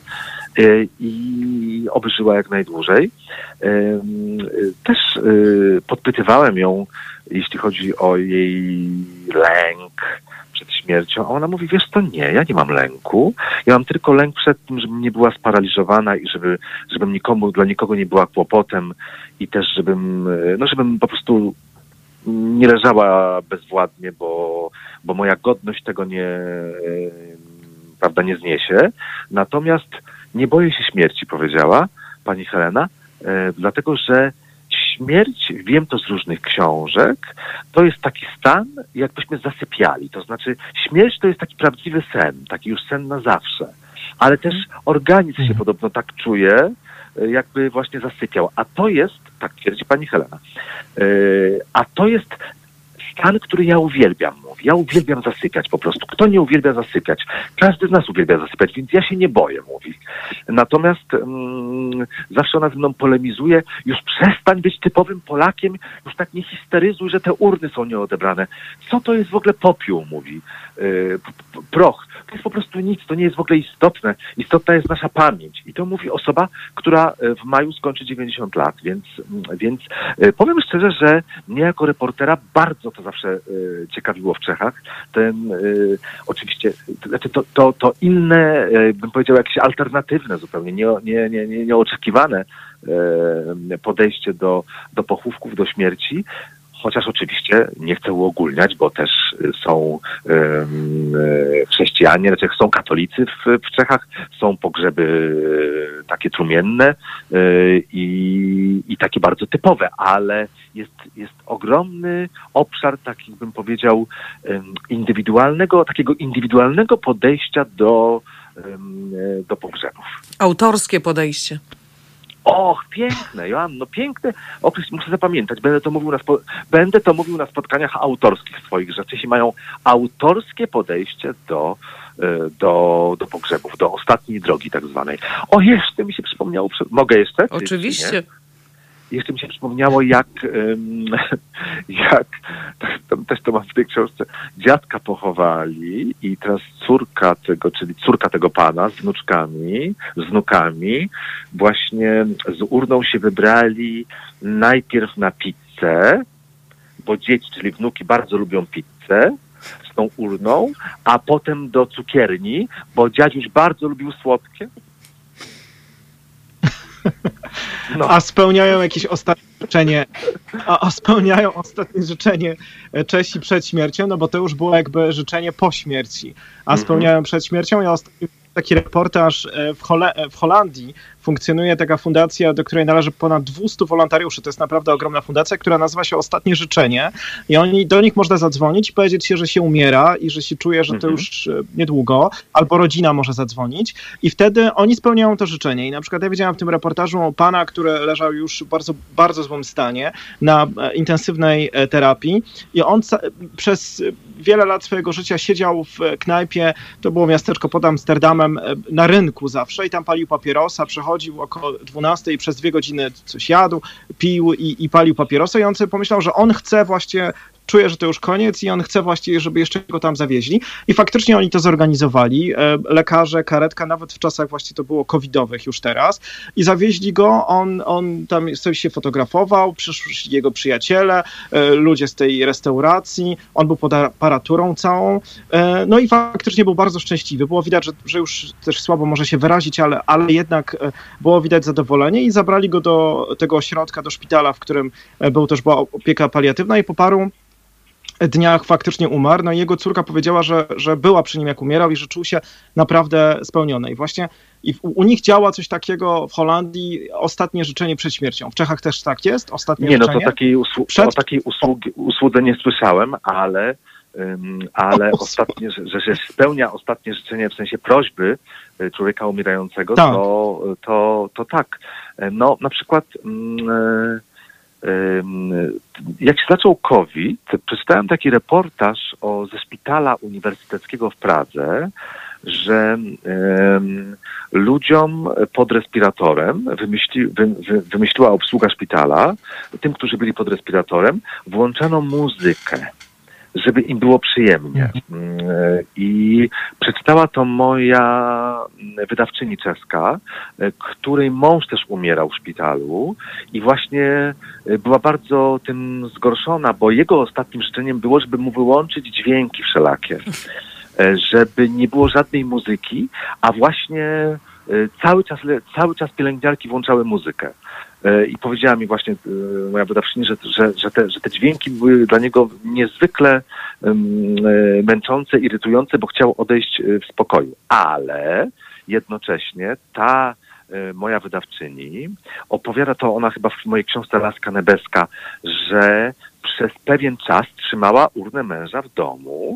Speaker 6: I oby żyła jak najdłużej. Też podpytywałem ją, jeśli chodzi o jej lęk przed śmiercią, a ona mówi, wiesz co, nie, ja nie mam lęku. Ja mam tylko lęk przed tym, żebym nie była sparaliżowana i żebym dla nikogo nie była kłopotem i też żebym po prostu nie leżała bezwładnie, bo moja godność tego nie zniesie. Natomiast nie boję się śmierci, powiedziała pani Helena, dlatego że śmierć, wiem to z różnych książek, to jest taki stan, jakbyśmy zasypiali. To znaczy śmierć to jest taki prawdziwy sen, taki już sen na zawsze. Ale też organizm się podobno tak czuje, jakby właśnie zasypiał. A to jest, tak twierdzi pani Helena, a to jest stan, który ja uwielbiam, mówi. Ja uwielbiam zasypiać po prostu. Kto nie uwielbia zasypiać? Każdy z nas uwielbia zasypiać, więc ja się nie boję, mówi. Natomiast zawsze ona ze mną polemizuje, już przestań być typowym Polakiem, już tak nie histeryzuj, że te urny są nieodebrane. Co to jest w ogóle popiół, mówi. Proch. To jest po prostu nic, to nie jest w ogóle istotne. Istotna jest nasza pamięć. I to mówi osoba, która w maju skończy 90 lat, więc powiem szczerze, że mnie jako reportera bardzo to zawsze ciekawiło w Czechach. Oczywiście, to inne, bym powiedział, jakieś alternatywne zupełnie, nieoczekiwane podejście do pochówków, do śmierci. Chociaż oczywiście nie chcę uogólniać, bo też są chrześcijanie, znaczy są katolicy w Czechach, są pogrzeby takie trumienne i takie bardzo typowe, ale jest ogromny obszar takich, bym powiedział, takiego indywidualnego podejścia do pogrzebów.
Speaker 1: Autorskie podejście.
Speaker 6: Och, piękne, Joanno, piękny okres, muszę zapamiętać, będę to mówił na spotkaniach autorskich swoich, że Czesi mają autorskie podejście do pogrzebów, do ostatniej drogi tak zwanej. O, jeszcze mi się przypomniało, mogę jeszcze?
Speaker 1: Oczywiście.
Speaker 6: Jeszcze mi się przypomniało, jak też to mam w tej książce, dziadka pochowali i teraz córka tego pana z wnukami, właśnie z urną się wybrali najpierw na pizzę, bo dzieci, czyli wnuki, bardzo lubią pizzę z tą urną, a potem do cukierni, bo dziadziuś bardzo lubił słodkie.
Speaker 2: No. A spełniają jakieś ostatnie życzenie, spełniają ostatnie życzenie Czesi przed śmiercią, no bo to już było jakby życzenie po śmierci, a spełniają przed śmiercią. Ja ostatnio taki reportaż w Holandii funkcjonuje taka fundacja, do której należy ponad 200 wolontariuszy. To jest naprawdę ogromna fundacja, która nazywa się Ostatnie Życzenie i do nich można zadzwonić i powiedzieć się, że się umiera i że się czuje, że to już niedługo, albo rodzina może zadzwonić i wtedy oni spełniają to życzenie. I na przykład ja widziałam w tym reportażu o pana, który leżał już w bardzo, bardzo złym stanie na intensywnej terapii i on przez wiele lat swojego życia siedział w knajpie, to było miasteczko pod Amsterdamem, na rynku zawsze i tam palił papierosa, przechodził około 12 i przez 2 godziny coś jadł, pił i palił papierosa i on sobie pomyślał, że on chce właśnie, czuje, że to już koniec i on chce właściwie, żeby jeszcze go tam zawieźli i faktycznie oni to zorganizowali, lekarze, karetka, nawet w czasach właśnie to było covidowych już teraz i zawieźli go, on tam sobie się fotografował, przyszli jego przyjaciele, ludzie z tej restauracji, on był pod aparaturą całą, no i faktycznie był bardzo szczęśliwy, było widać, że już też słabo może się wyrazić, ale jednak było widać zadowolenie i zabrali go do tego ośrodka, do szpitala, w którym była opieka paliatywna i po paru dniach faktycznie umarł, no i jego córka powiedziała, że była przy nim jak umierał i że czuł się naprawdę spełniony. I właśnie u nich działa coś takiego w Holandii, ostatnie życzenie przed śmiercią. W Czechach też tak jest? Ostatnie życzenie?
Speaker 6: No to o takiej usłudze nie słyszałem, ale ostatnie, że się spełnia ostatnie życzenie w sensie prośby człowieka umierającego, tak. To tak. No na przykład jak się zaczął COVID, przeczytałem taki reportaż ze szpitala uniwersyteckiego w Pradze, że ludziom pod respiratorem wymyśliła obsługa szpitala, tym, którzy byli pod respiratorem, włączano muzykę, żeby im było przyjemnie. I przeczytała to moja wydawczyni czeska, której mąż też umierał w szpitalu i właśnie była bardzo tym zgorszona, bo jego ostatnim życzeniem było, żeby mu wyłączyć dźwięki wszelakie, żeby nie było żadnej muzyki, a właśnie cały czas pielęgniarki włączały muzykę. I powiedziała mi właśnie moja wydawczyni, że te dźwięki były dla niego niezwykle męczące, irytujące, bo chciał odejść w spokoju. Ale jednocześnie ta moja wydawczyni opowiada to, ona chyba w mojej książce Laska Nebeska, że przez pewien czas trzymała urnę męża w domu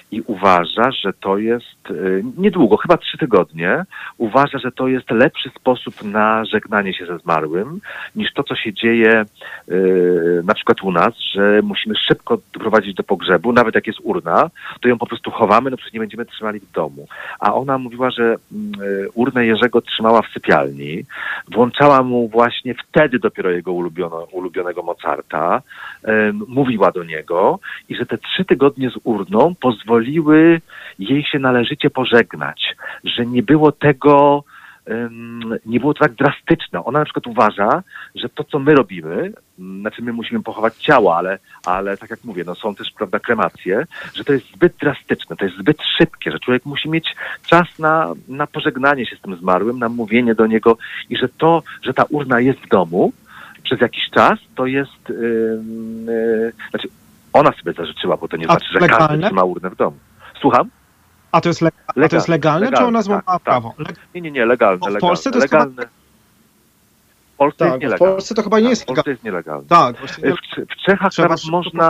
Speaker 6: i uważa, że to jest niedługo, chyba 3 tygodnie, uważa, że to jest lepszy sposób na żegnanie się ze zmarłym niż to, co się dzieje na przykład u nas, że musimy szybko doprowadzić do pogrzebu, nawet jak jest urna, to ją po prostu chowamy, no przecież nie będziemy trzymali w domu. A ona mówiła, że urnę Jerzego trzymała w sypialni, włączała mu właśnie wtedy dopiero jego ulubionego Mozarta, mówiła do niego i że te 3 tygodnie z urną pozwoliły jej się należycie pożegnać, że nie było tego, nie było to tak drastyczne. Ona na przykład uważa, że to, co my robimy, znaczy my musimy pochować ciało, ale tak jak mówię, no są też, prawda, kremacje, że to jest zbyt drastyczne, to jest zbyt szybkie, że człowiek musi mieć czas na pożegnanie się z tym zmarłym, na mówienie do niego i że to, że ta urna jest w domu przez jakiś czas, to jest, znaczy ona sobie zażyczyła, bo to nie znaczy, że każdy trzyma urnę w domu. Słucham?
Speaker 5: A to jest, to jest legalne, czy ona złamała prawo?
Speaker 6: Nie, legalne.
Speaker 5: W Polsce to jest
Speaker 6: legalne. W Polsce jest nielegalne.
Speaker 5: W Polsce to chyba nie jest
Speaker 6: legalne. W Polsce jest nielegalne.
Speaker 5: Tak.
Speaker 6: W Czechach nawet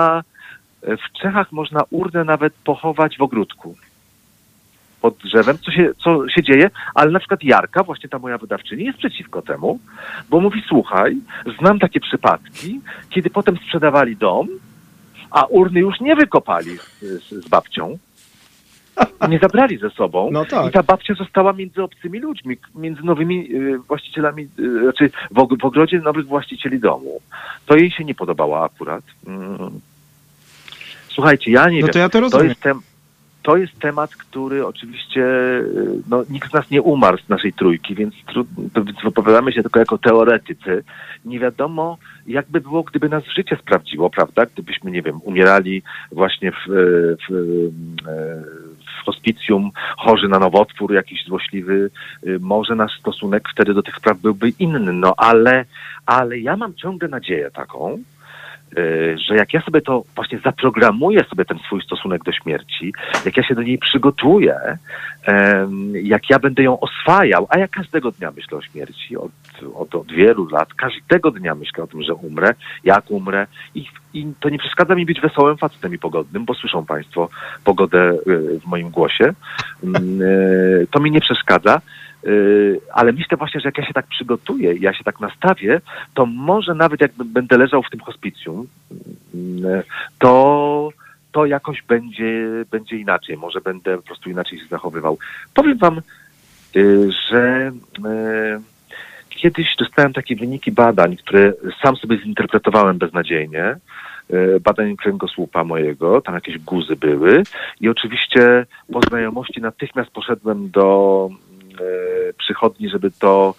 Speaker 6: w Czechach można urnę nawet pochować w ogródku. Pod drzewem, co się dzieje, ale na przykład Jarka, właśnie ta moja wydawczyni, jest przeciwko temu, bo mówi, słuchaj, znam takie przypadki, kiedy potem sprzedawali dom, a urny już nie wykopali z babcią, nie zabrali ze sobą i ta babcia została między obcymi ludźmi, między nowymi właścicielami, znaczy w ogrodzie nowych właścicieli domu. To jej się nie podobało akurat. Słuchajcie, ja nie wiem.
Speaker 5: To ja to rozumiem.
Speaker 6: To jest temat, który oczywiście, no, nikt z nas nie umarł z naszej trójki, więc wypowiadamy się tylko jako teoretycy. Nie wiadomo, jakby było, gdyby nas życie sprawdziło, prawda? Gdybyśmy, nie wiem, umierali właśnie w hospicjum, chorzy na nowotwór, jakiś złośliwy, może nasz stosunek wtedy do tych spraw byłby inny. No ale ja mam ciągle nadzieję taką, że jak ja sobie to właśnie zaprogramuję sobie ten swój stosunek do śmierci, jak ja się do niej przygotuję, jak ja będę ją oswajał, a ja każdego dnia myślę o śmierci, od wielu lat, każdego dnia myślę o tym, że umrę, jak umrę i to nie przeszkadza mi być wesołym facetem i pogodnym, bo słyszą Państwo pogodę w moim głosie. To mi nie przeszkadza. Ale myślę właśnie, że jak ja się tak przygotuję, ja się tak nastawię, to może nawet jak będę leżał w tym hospicjum, to jakoś będzie inaczej. Może będę po prostu inaczej się zachowywał. Powiem wam, że kiedyś dostałem takie wyniki badań, które sam sobie zinterpretowałem beznadziejnie. Badań kręgosłupa mojego, tam jakieś guzy były i oczywiście po znajomości natychmiast poszedłem do przychodni, żeby to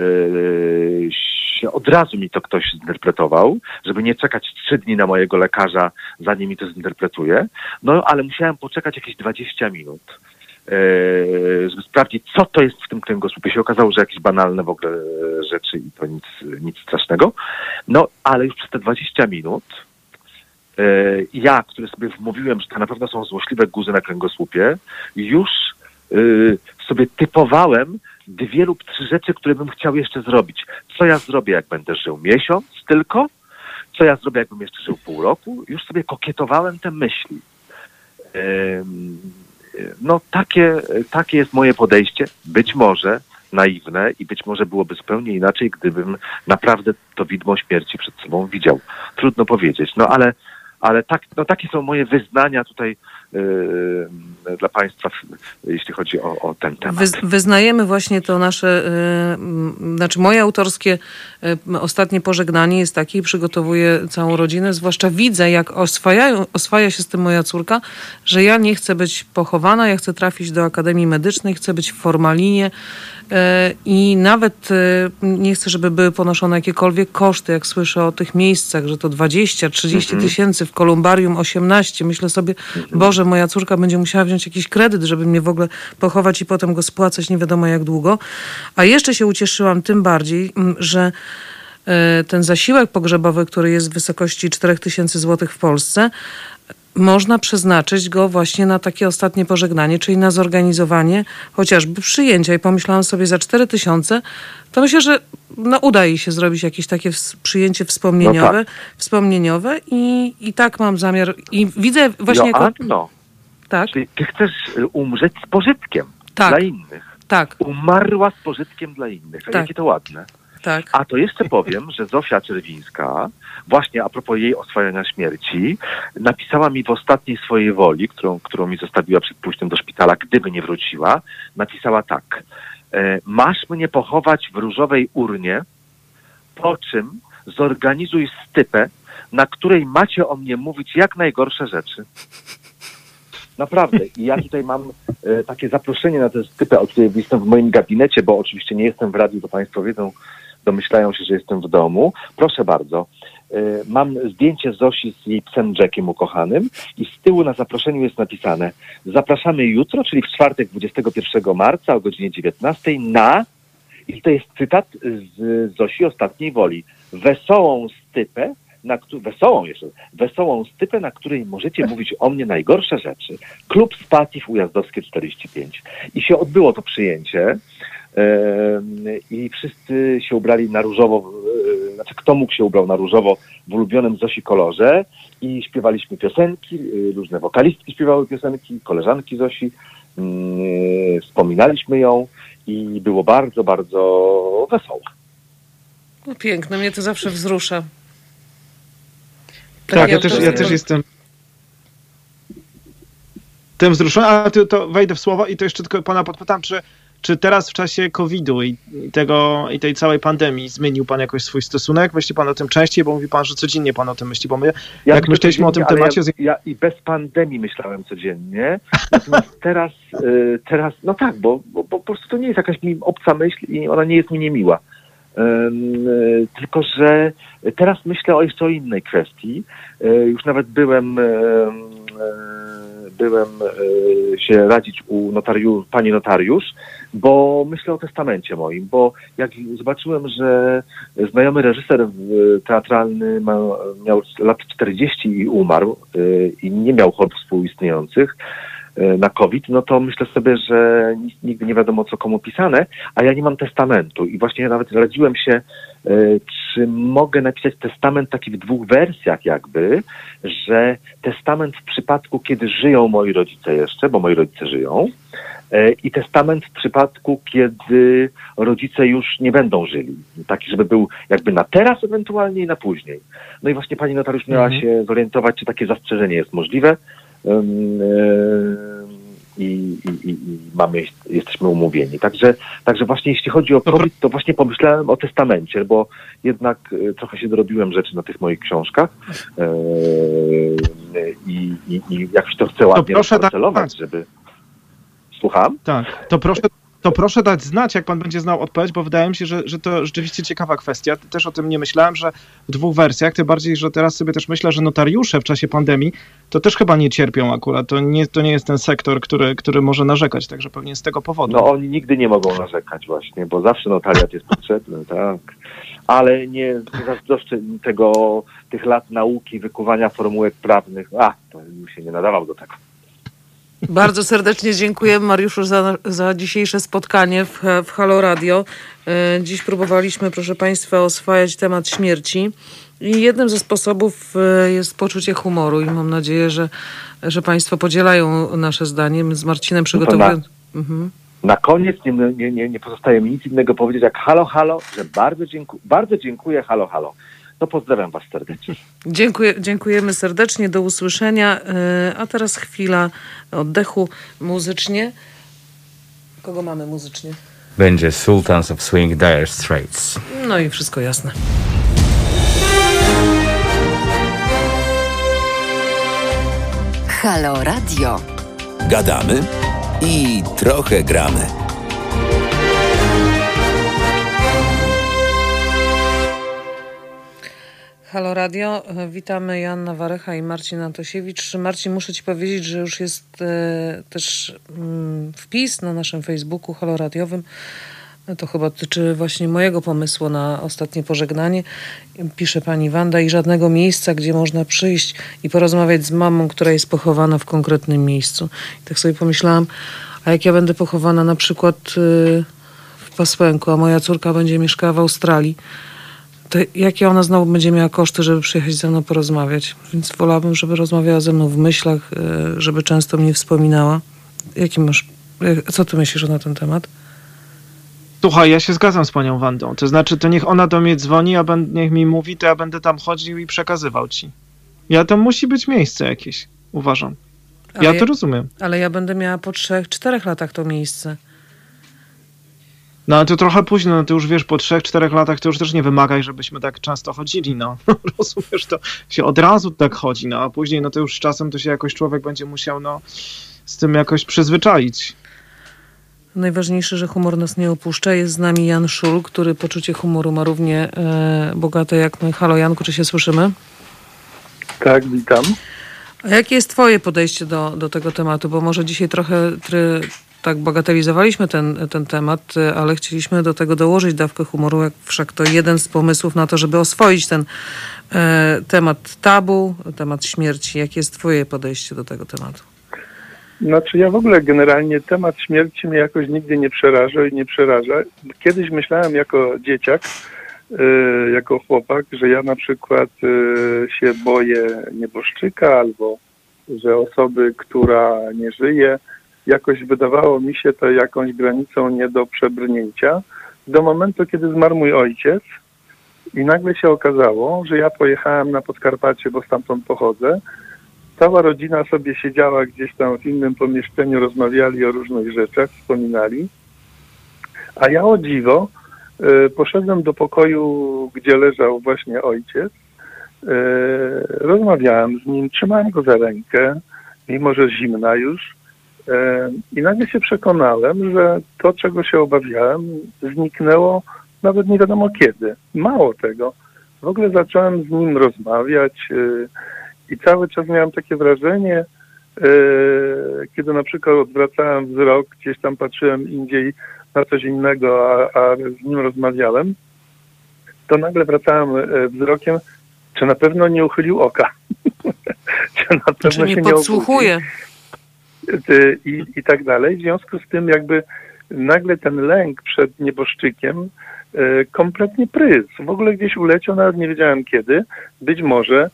Speaker 6: od razu mi to ktoś zinterpretował, żeby nie czekać 3 dni na mojego lekarza, zanim mi to zinterpretuje. No, ale musiałem poczekać jakieś 20 minut, żeby sprawdzić, co to jest w tym kręgosłupie. Się okazało, że jakieś banalne w ogóle rzeczy i to nic strasznego. No, ale już przez te 20 minut ja, który sobie wmówiłem, że to na pewno są złośliwe guzy na kręgosłupie, już sobie typowałem 2 lub 3 rzeczy, które bym chciał jeszcze zrobić. Co ja zrobię, jak będę żył miesiąc tylko? Co ja zrobię, jakbym jeszcze żył pół roku? Już sobie kokietowałem te myśli. No takie jest moje podejście. Być może naiwne i być może byłoby zupełnie inaczej, gdybym naprawdę to widmo śmierci przed sobą widział. Trudno powiedzieć. No ale takie są moje wyznania tutaj dla Państwa, jeśli chodzi o ten temat.
Speaker 1: Wyznajemy właśnie to nasze, znaczy moje autorskie ostatnie pożegnanie jest takie i przygotowuję całą rodzinę, zwłaszcza widzę, jak oswaja się z tym moja córka, że ja nie chcę być pochowana, ja chcę trafić do Akademii Medycznej, chcę być w formalinie i nawet nie chcę, żeby były ponoszone jakiekolwiek koszty, jak słyszę o tych miejscach, że to 20-30 tysięcy, w kolumbarium 18. Myślę sobie, Boże, moja córka będzie musiała wziąć jakiś kredyt, żeby mnie w ogóle pochować i potem go spłacać nie wiadomo jak długo. A jeszcze się ucieszyłam tym bardziej, że ten zasiłek pogrzebowy, który jest w wysokości 4000 zł w Polsce, można przeznaczyć go właśnie na takie ostatnie pożegnanie, czyli na zorganizowanie chociażby przyjęcia. I pomyślałam sobie, za 4000 to myślę, że uda jej się zrobić jakieś takie przyjęcie wspomnieniowe i tak mam zamiar. I widzę właśnie Tak.
Speaker 6: Czyli ty chcesz umrzeć z pożytkiem dla innych.
Speaker 1: Tak.
Speaker 6: Umarła z pożytkiem dla innych. A jakie to ładne.
Speaker 1: Tak.
Speaker 6: A to jeszcze powiem, że Zofia Czerwińska, właśnie a propos jej oswajania śmierci, napisała mi w ostatniej swojej woli, którą mi zostawiła przed pójściem do szpitala, gdyby nie wróciła, napisała tak. Masz mnie pochować w różowej urnie, po czym zorganizuj stypę, na której macie o mnie mówić jak najgorsze rzeczy. Naprawdę. I ja tutaj mam takie zaproszenie na tę stypę, o której jestem w moim gabinecie, bo oczywiście nie jestem w radiu, to Państwo wiedzą, domyślają się, że jestem w domu. Proszę bardzo. Mam zdjęcie Zosi z jej psem Jackiem ukochanym i z tyłu na zaproszeniu jest napisane: zapraszamy jutro, czyli w czwartek 21 marca o godzinie 19 i to jest cytat z Zosi Ostatniej Woli, wesołą stypę, wesołą stypę, na której możecie mówić o mnie najgorsze rzeczy. Klub Spatif Ujazdowskie 45. I się odbyło to przyjęcie i wszyscy się ubrali na różowo, znaczy kto mógł się ubrał na różowo w ulubionym Zosi kolorze i śpiewaliśmy piosenki, różne wokalistki śpiewały piosenki, koleżanki Zosi, wspominaliśmy ją i było bardzo, bardzo wesoło.
Speaker 1: No piękne, mnie to zawsze wzrusza.
Speaker 5: Tak, ja też jestem tym wzruszony, ale to wejdę w słowo i to jeszcze tylko pana podpytam, czy teraz w czasie COVID-u i tej całej pandemii zmienił pan jakoś swój stosunek? Myśli pan o tym częściej, bo mówi pan, że codziennie pan o tym myśli, bo my jak myśleliśmy o tym temacie...
Speaker 6: Ja i bez pandemii myślałem codziennie, natomiast teraz no tak, bo po prostu to nie jest jakaś mi obca myśl i ona nie jest mi niemiła. Tylko że teraz myślę jeszcze o innej kwestii. Już nawet byłem się radzić u pani notariusz, bo myślę o testamencie moim, bo jak zobaczyłem, że znajomy reżyser teatralny miał lat 40 i umarł i nie miał chorób współistniejących na COVID, no to myślę sobie, że nigdy nie wiadomo, co komu pisane, a ja nie mam testamentu i właśnie nawet radziłem się, czy mogę napisać testament taki w 2 wersjach jakby, że testament w przypadku, kiedy żyją moi rodzice jeszcze, bo moi rodzice żyją, i testament w przypadku, kiedy rodzice już nie będą żyli. Taki, żeby był jakby na teraz ewentualnie i na później. No i właśnie pani notariusz miała się zorientować, czy takie zastrzeżenie jest możliwe. I jesteśmy umówieni. Także właśnie jeśli chodzi o COVID, to właśnie pomyślałem o testamencie, bo jednak trochę się dorobiłem rzeczy na tych moich książkach i jakoś to chcę ładnie rozparcelować, żeby... Słucham?
Speaker 5: Tak, to proszę dać znać, jak pan będzie znał odpowiedź, bo wydaje mi się, że to rzeczywiście ciekawa kwestia. Też o tym nie myślałem, że w 2 wersjach, tym bardziej, że teraz sobie też myślę, że notariusze w czasie pandemii to też chyba nie cierpią akurat. To nie jest ten sektor, który może narzekać, także pewnie z tego powodu.
Speaker 6: No oni nigdy nie mogą narzekać właśnie, bo zawsze notariat jest potrzebny, tak. Ale nie zazdroszczę tych lat nauki, wykuwania formułek prawnych. To bym się nie nadawał do tego.
Speaker 1: Bardzo serdecznie dziękujemy, Mariuszu, za dzisiejsze spotkanie w Halo Radio. Dziś próbowaliśmy, proszę Państwa, oswajać temat śmierci i jednym ze sposobów jest poczucie humoru i mam nadzieję, że Państwo podzielają nasze zdanie. My z Marcinem przygotowujemy...
Speaker 6: Na koniec nie pozostaje mi nic innego powiedzieć jak halo, halo, że bardzo dziękuję, halo, halo. To pozdrawiam Was serdecznie.
Speaker 1: Dziękujemy serdecznie, do usłyszenia. A teraz chwila oddechu muzycznie. Kogo mamy muzycznie?
Speaker 7: Będzie Sultans of Swing, Dire Straits.
Speaker 1: No i wszystko jasne.
Speaker 3: Halo Radio. Gadamy i trochę gramy.
Speaker 1: Halo Radio, witamy Joanna Warecha i Marcin Antosiewicz. Marcin, muszę Ci powiedzieć, że już jest też wpis na naszym Facebooku Halo Radiowym. To chyba dotyczy właśnie mojego pomysłu na ostatnie pożegnanie. Pisze pani Wanda: i żadnego miejsca, gdzie można przyjść i porozmawiać z mamą, która jest pochowana w konkretnym miejscu. I tak sobie pomyślałam, a jak ja będę pochowana na przykład w Pasłęku, a moja córka będzie mieszkała w Australii, To jakie ona znowu będzie miała koszty, żeby przyjechać ze mną porozmawiać? Więc wolałabym, żeby rozmawiała ze mną w myślach, żeby często mnie wspominała. Co ty myślisz na ten temat?
Speaker 5: Słuchaj, ja się zgadzam z panią Wandą. To znaczy, to niech ona do mnie dzwoni, niech mi mówi, to ja będę tam chodził i przekazywał ci. To musi być miejsce jakieś, uważam. Ja to rozumiem.
Speaker 1: Ale ja będę miała po 3-4 latach to miejsce.
Speaker 5: No ale to trochę późno, no ty już wiesz, po 3-4 latach to już też nie wymagaj, żebyśmy tak często chodzili, no. Rozumiesz, to się od razu tak chodzi, no a później, no to już z czasem to się jakoś człowiek będzie musiał, no, z tym jakoś przyzwyczaić.
Speaker 1: Najważniejsze, że humor nas nie opuszcza. Jest z nami Jan Szul, który poczucie humoru ma równie bogate jak my. Halo Janku, czy się słyszymy?
Speaker 8: Tak, witam.
Speaker 1: A jakie jest twoje podejście do tego tematu? Bo może dzisiaj trochę tak bagatelizowaliśmy ten temat, ale chcieliśmy do tego dołożyć dawkę humoru, jak wszak to jeden z pomysłów na to, żeby oswoić ten temat tabu, temat śmierci. Jakie jest twoje podejście do tego tematu?
Speaker 8: Znaczy ja w ogóle generalnie temat śmierci mnie jakoś nigdy nie przerażał i nie przeraża. Kiedyś myślałem jako dzieciak, jako chłopak, że ja na przykład się boję nieboszczyka albo że osoby, która nie żyje, jakoś wydawało mi się to jakąś granicą nie do przebrnięcia. Do momentu, kiedy zmarł mój ojciec i nagle się okazało, że ja pojechałem na Podkarpacie, bo stamtąd pochodzę. Cała rodzina sobie siedziała gdzieś tam w innym pomieszczeniu, rozmawiali o różnych rzeczach, wspominali. A ja o dziwo poszedłem do pokoju, gdzie leżał właśnie ojciec. Rozmawiałem z nim, trzymałem go za rękę, mimo że zimna już. I nagle się przekonałem, że to, czego się obawiałem, zniknęło nawet nie wiadomo kiedy. Mało tego. W ogóle zacząłem z nim rozmawiać i cały czas miałem takie wrażenie, kiedy na przykład odwracałem wzrok, gdzieś tam patrzyłem indziej na coś innego, a z nim rozmawiałem, to nagle wracałem wzrokiem, czy na pewno nie uchylił oka. Czy na pewno
Speaker 1: czy
Speaker 8: się
Speaker 1: nie podsłuchuje.
Speaker 8: I tak dalej. W związku z tym jakby nagle ten lęk przed nieboszczykiem kompletnie prysł. W ogóle gdzieś uleciał, nawet nie wiedziałem kiedy. Być może.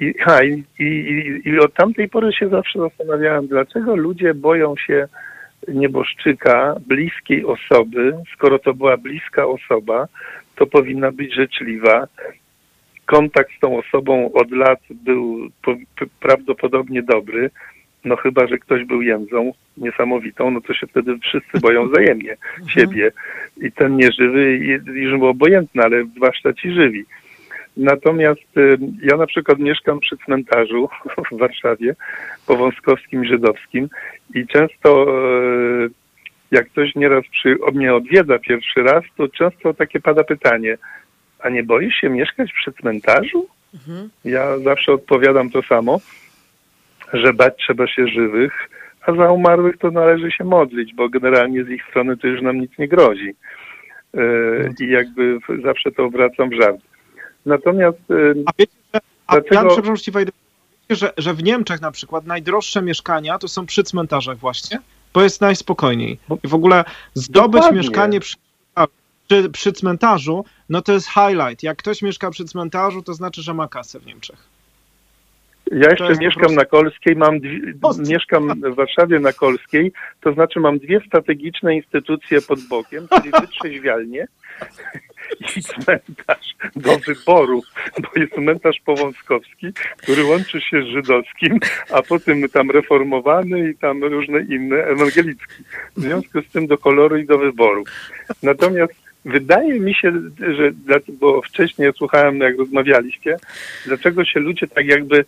Speaker 8: I od tamtej pory się zawsze zastanawiałem, dlaczego ludzie boją się nieboszczyka, bliskiej osoby. Skoro to była bliska osoba, to powinna być życzliwa. Kontakt z tą osobą od lat był prawdopodobnie dobry. No chyba, że ktoś był jędzą niesamowitą, no to się wtedy wszyscy boją wzajemnie siebie. I ten nieżywy już był obojętny, ale zwłaszcza ci żywi. Natomiast ja na przykład mieszkam przy cmentarzu w Warszawie, po Wąskowskim Żydowskim i często jak ktoś nieraz mnie odwiedza pierwszy raz, to często takie pada pytanie, a nie boisz się mieszkać przy cmentarzu? Ja zawsze odpowiadam to samo, że bać trzeba się żywych, a za umarłych to należy się modlić, bo generalnie z ich strony to już nam nic nie grozi. I jakby zawsze to obracam w żart. Natomiast...
Speaker 5: A wiecie,
Speaker 8: dlaczego...
Speaker 5: ja przepraszam, ci wejdę, że w Niemczech na przykład najdroższe mieszkania to są przy cmentarzach właśnie, bo jest najspokojniej. I w ogóle zdobyć
Speaker 8: Dokładnie.
Speaker 5: mieszkanie przy cmentarzu, no to jest highlight. Jak ktoś mieszka przy cmentarzu, to znaczy, że ma kasę w Niemczech.
Speaker 8: Ja jeszcze mieszkam na Kolskiej, mieszkam w Warszawie na Kolskiej, to znaczy mam dwie strategiczne instytucje pod bokiem, czyli wytrzeźwialnię i cmentarz do wyboru, bo jest cmentarz powązkowski, który łączy się z żydowskim, a potem tam reformowany i tam różne inne, ewangelicki. W związku z tym do koloru i do wyboru. Natomiast wydaje mi się, że, bo wcześniej słuchałem, jak rozmawialiście, dlaczego się ludzie tak jakby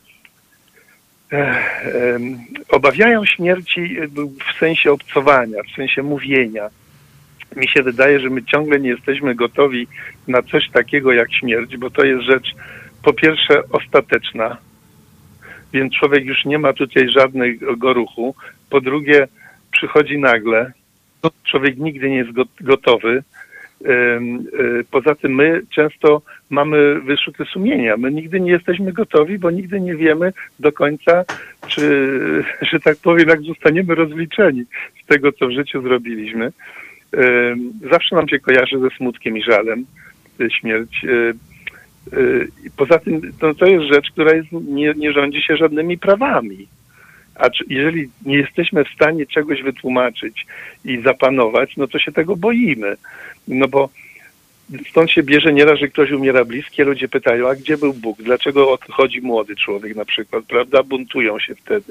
Speaker 8: obawiają śmierci w sensie obcowania, w sensie mówienia. Mi się wydaje, że my ciągle nie jesteśmy gotowi na coś takiego jak śmierć, bo to jest rzecz po pierwsze ostateczna, więc człowiek już nie ma tutaj żadnego ruchu. Po drugie przychodzi nagle, człowiek nigdy nie jest gotowy. Poza tym my często mamy wyrzuty sumienia. My nigdy nie jesteśmy gotowi, bo nigdy nie wiemy do końca, czy, że tak powiem, jak zostaniemy rozliczeni z tego, co w życiu zrobiliśmy. Zawsze nam się kojarzy ze smutkiem i żalem śmierć. Poza tym to jest rzecz, która nie rządzi się żadnymi prawami. A jeżeli nie jesteśmy w stanie czegoś wytłumaczyć i zapanować, no to się tego boimy. No bo stąd się bierze nieraz, że ktoś umiera bliski, ludzie pytają, a gdzie był Bóg? Dlaczego odchodzi młody człowiek na przykład, prawda? Buntują się wtedy.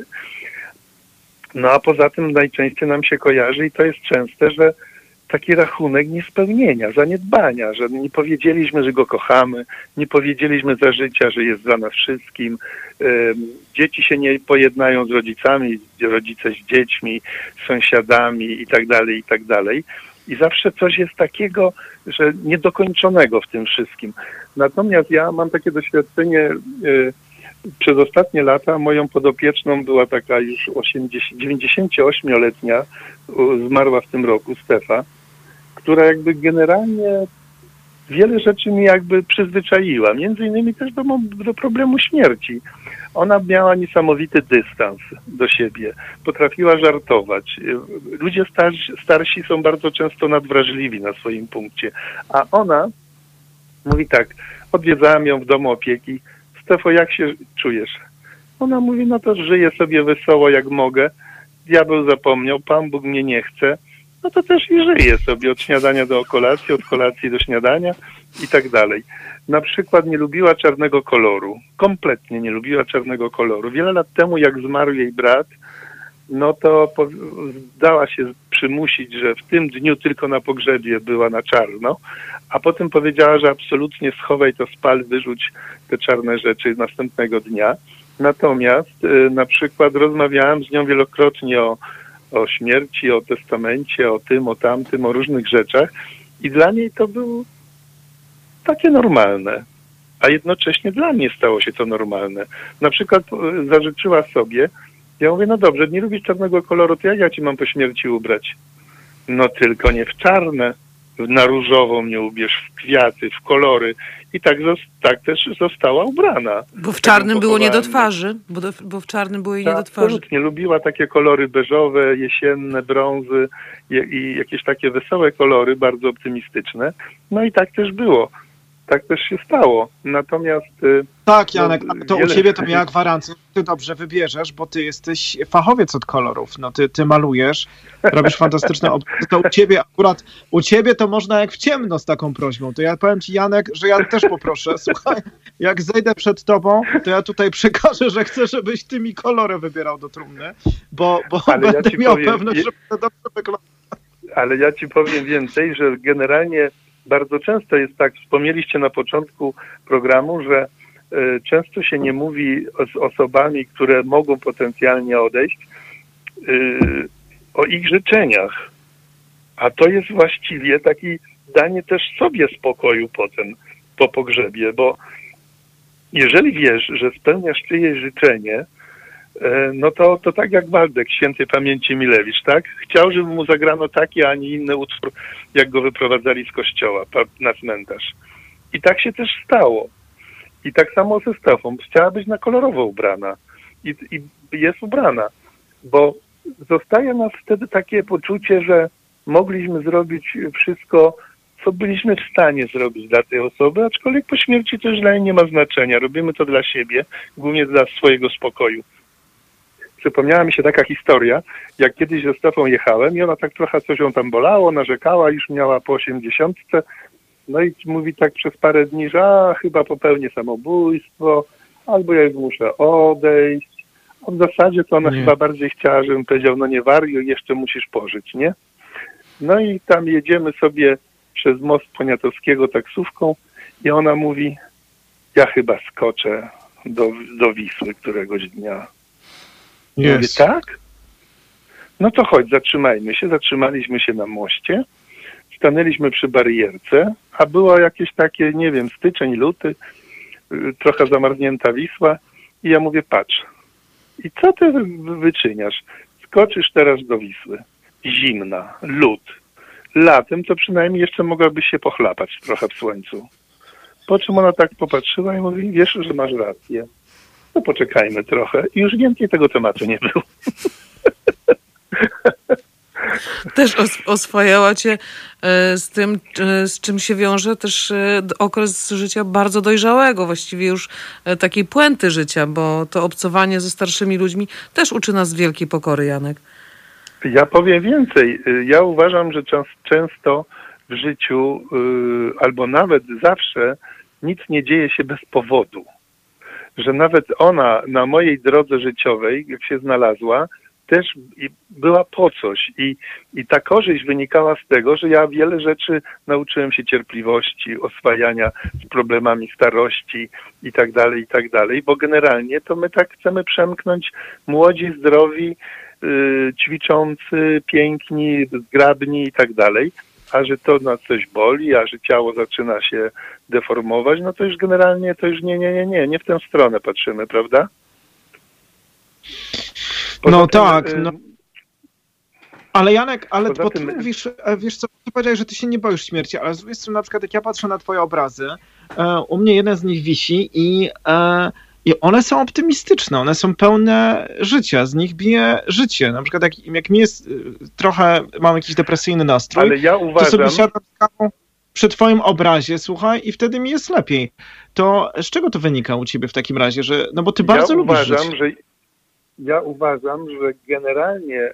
Speaker 8: No a poza tym najczęściej nam się kojarzy i to jest częste, że taki rachunek niespełnienia, zaniedbania, że nie powiedzieliśmy, że go kochamy, nie powiedzieliśmy za życia, że jest za nas wszystkim. Dzieci się nie pojednają z rodzicami, rodzice z dziećmi, z sąsiadami i tak dalej, i tak dalej. I zawsze coś jest takiego, że niedokończonego w tym wszystkim. Natomiast ja mam takie doświadczenie, przez ostatnie lata moją podopieczną była taka już 98-letnia, zmarła w tym roku, Stefa, która jakby generalnie wiele rzeczy mi jakby przyzwyczaiła, między innymi też do problemu śmierci. Ona miała niesamowity dystans do siebie, potrafiła żartować. Ludzie starsi są bardzo często nadwrażliwi na swoim punkcie, a ona mówi tak, odwiedzałem ją w domu opieki, Stefo, jak się czujesz? Ona mówi, no to żyję sobie wesoło jak mogę, diabeł zapomniał, Pan Bóg mnie nie chce, no to też i żyję sobie od śniadania do kolacji, od kolacji do śniadania i tak dalej. Na przykład nie lubiła czarnego koloru, kompletnie nie lubiła czarnego koloru. Wiele lat temu, jak zmarł jej brat, no to dała się przymusić, że w tym dniu tylko na pogrzebie była na czarno, a potem powiedziała, że absolutnie schowaj to, spal, wyrzuć te czarne rzeczy następnego dnia. Natomiast na przykład rozmawiałem z nią wielokrotnie o śmierci, o testamencie, o tym, o tamtym, o różnych rzeczach i dla niej to było takie normalne, a jednocześnie dla mnie stało się to normalne. Na przykład zażyczyła sobie, ja mówię, no dobrze, nie lubisz czarnego koloru, to jak ja ci mam po śmierci ubrać? No tylko nie w czarne, na różową mnie ubierz, w kwiaty, w kolory. I tak też została ubrana.
Speaker 1: Bo w czarnym było nie do twarzy. Bo w czarnym było jej nie do twarzy.
Speaker 8: Absolutnie. Lubiła takie kolory beżowe, jesienne, brązy i jakieś takie wesołe kolory, bardzo optymistyczne. No i tak też było. Tak też się stało. Natomiast...
Speaker 5: Tak, Janek, to u ciebie to miała gwarancję, ty dobrze wybierzesz, bo ty jesteś fachowiec od kolorów. No ty malujesz, robisz fantastyczne obrazy. To u ciebie to można jak w ciemno z taką prośbą. To ja powiem ci, Janek, że ja też poproszę, słuchaj, jak zejdę przed tobą, to ja tutaj przekażę, że chcę, żebyś ty mi kolory wybierał do trumny, bo będę miał pewność, że to dobrze wygląda.
Speaker 8: Ale ja ci powiem więcej, że generalnie bardzo często jest tak, wspomnieliście na początku programu, że często się nie mówi z osobami, które mogą potencjalnie odejść, o ich życzeniach. A to jest właściwie takie danie też sobie spokoju potem, po pogrzebie, bo jeżeli wiesz, że spełniasz czyjeś życzenie, no to tak jak Waldek, świętej pamięci Milewicz, tak? Chciał, żeby mu zagrano taki, a nie inny utwór, jak go wyprowadzali z kościoła na cmentarz. I tak się też stało. I tak samo ze Stefą. Chciała być na kolorowo ubrana. I jest ubrana. Bo zostaje nas wtedy takie poczucie, że mogliśmy zrobić wszystko, co byliśmy w stanie zrobić dla tej osoby, aczkolwiek po śmierci to już dla niej nie ma znaczenia. Robimy to dla siebie, głównie dla swojego spokoju. Przypomniała mi się taka historia, jak kiedyś ze Stefą jechałem i ona tak trochę coś ją tam bolało, narzekała, już miała po 80. No i mówi tak przez parę dni, że chyba popełnię samobójstwo, albo ja już muszę odejść. A w zasadzie to ona chyba bardziej chciała, żebym powiedział, no nie wariuj, jeszcze musisz pożyć, nie? No i tam jedziemy sobie przez most Poniatowskiego taksówką i ona mówi, ja chyba skoczę do Wisły któregoś dnia. Yes. Mówię, tak? No to chodź, zatrzymajmy się. Zatrzymaliśmy się na moście, stanęliśmy przy barierce, a było jakieś takie, nie wiem, styczeń, luty, trochę zamarznięta Wisła i ja mówię, patrz, i co ty wyczyniasz? Skoczysz teraz do Wisły. Zimna, lód. Latem to przynajmniej jeszcze mogłabyś się pochlapać trochę w słońcu. Po czym ona tak popatrzyła i mówi, wiesz, że masz rację. No poczekajmy trochę. I już więcej tego tematu nie było.
Speaker 1: też oswajała cię z tym, z czym się wiąże też okres życia bardzo dojrzałego, właściwie już takiej puenty życia, bo to obcowanie ze starszymi ludźmi też uczy nas wielkiej pokory, Janek.
Speaker 8: Ja powiem więcej. Ja uważam, że często w życiu, albo nawet zawsze, nic nie dzieje się bez powodu. Że nawet ona na mojej drodze życiowej, jak się znalazła, też była po coś. I ta korzyść wynikała z tego, że ja wiele rzeczy nauczyłem się cierpliwości, oswajania z problemami starości i tak dalej, bo generalnie to my tak chcemy przemknąć młodzi, zdrowi, ćwiczący, piękni, zgrabni i tak dalej, a że to nas coś boli, a że ciało zaczyna się deformować, no to już generalnie to już nie w tę stronę patrzymy, prawda?
Speaker 5: No tak, no. Ale Janek, bo ty mówisz, wiesz co, ty powiedziałeś, że ty się nie boisz śmierci, ale z drugiej strony na przykład jak ja patrzę na twoje obrazy, u mnie jeden z nich wisi i one są optymistyczne, one są pełne życia, z nich bije życie. Na przykład jak mi jest trochę, mam jakiś depresyjny nastrój,
Speaker 8: ale ja uważam,
Speaker 5: to sobie siadam z kawą przy twoim obrazie, słuchaj, i wtedy mi jest lepiej. To z czego to wynika u ciebie w takim razie, że, no bo ty bardzo lubisz żyć.
Speaker 8: Ja uważam, że generalnie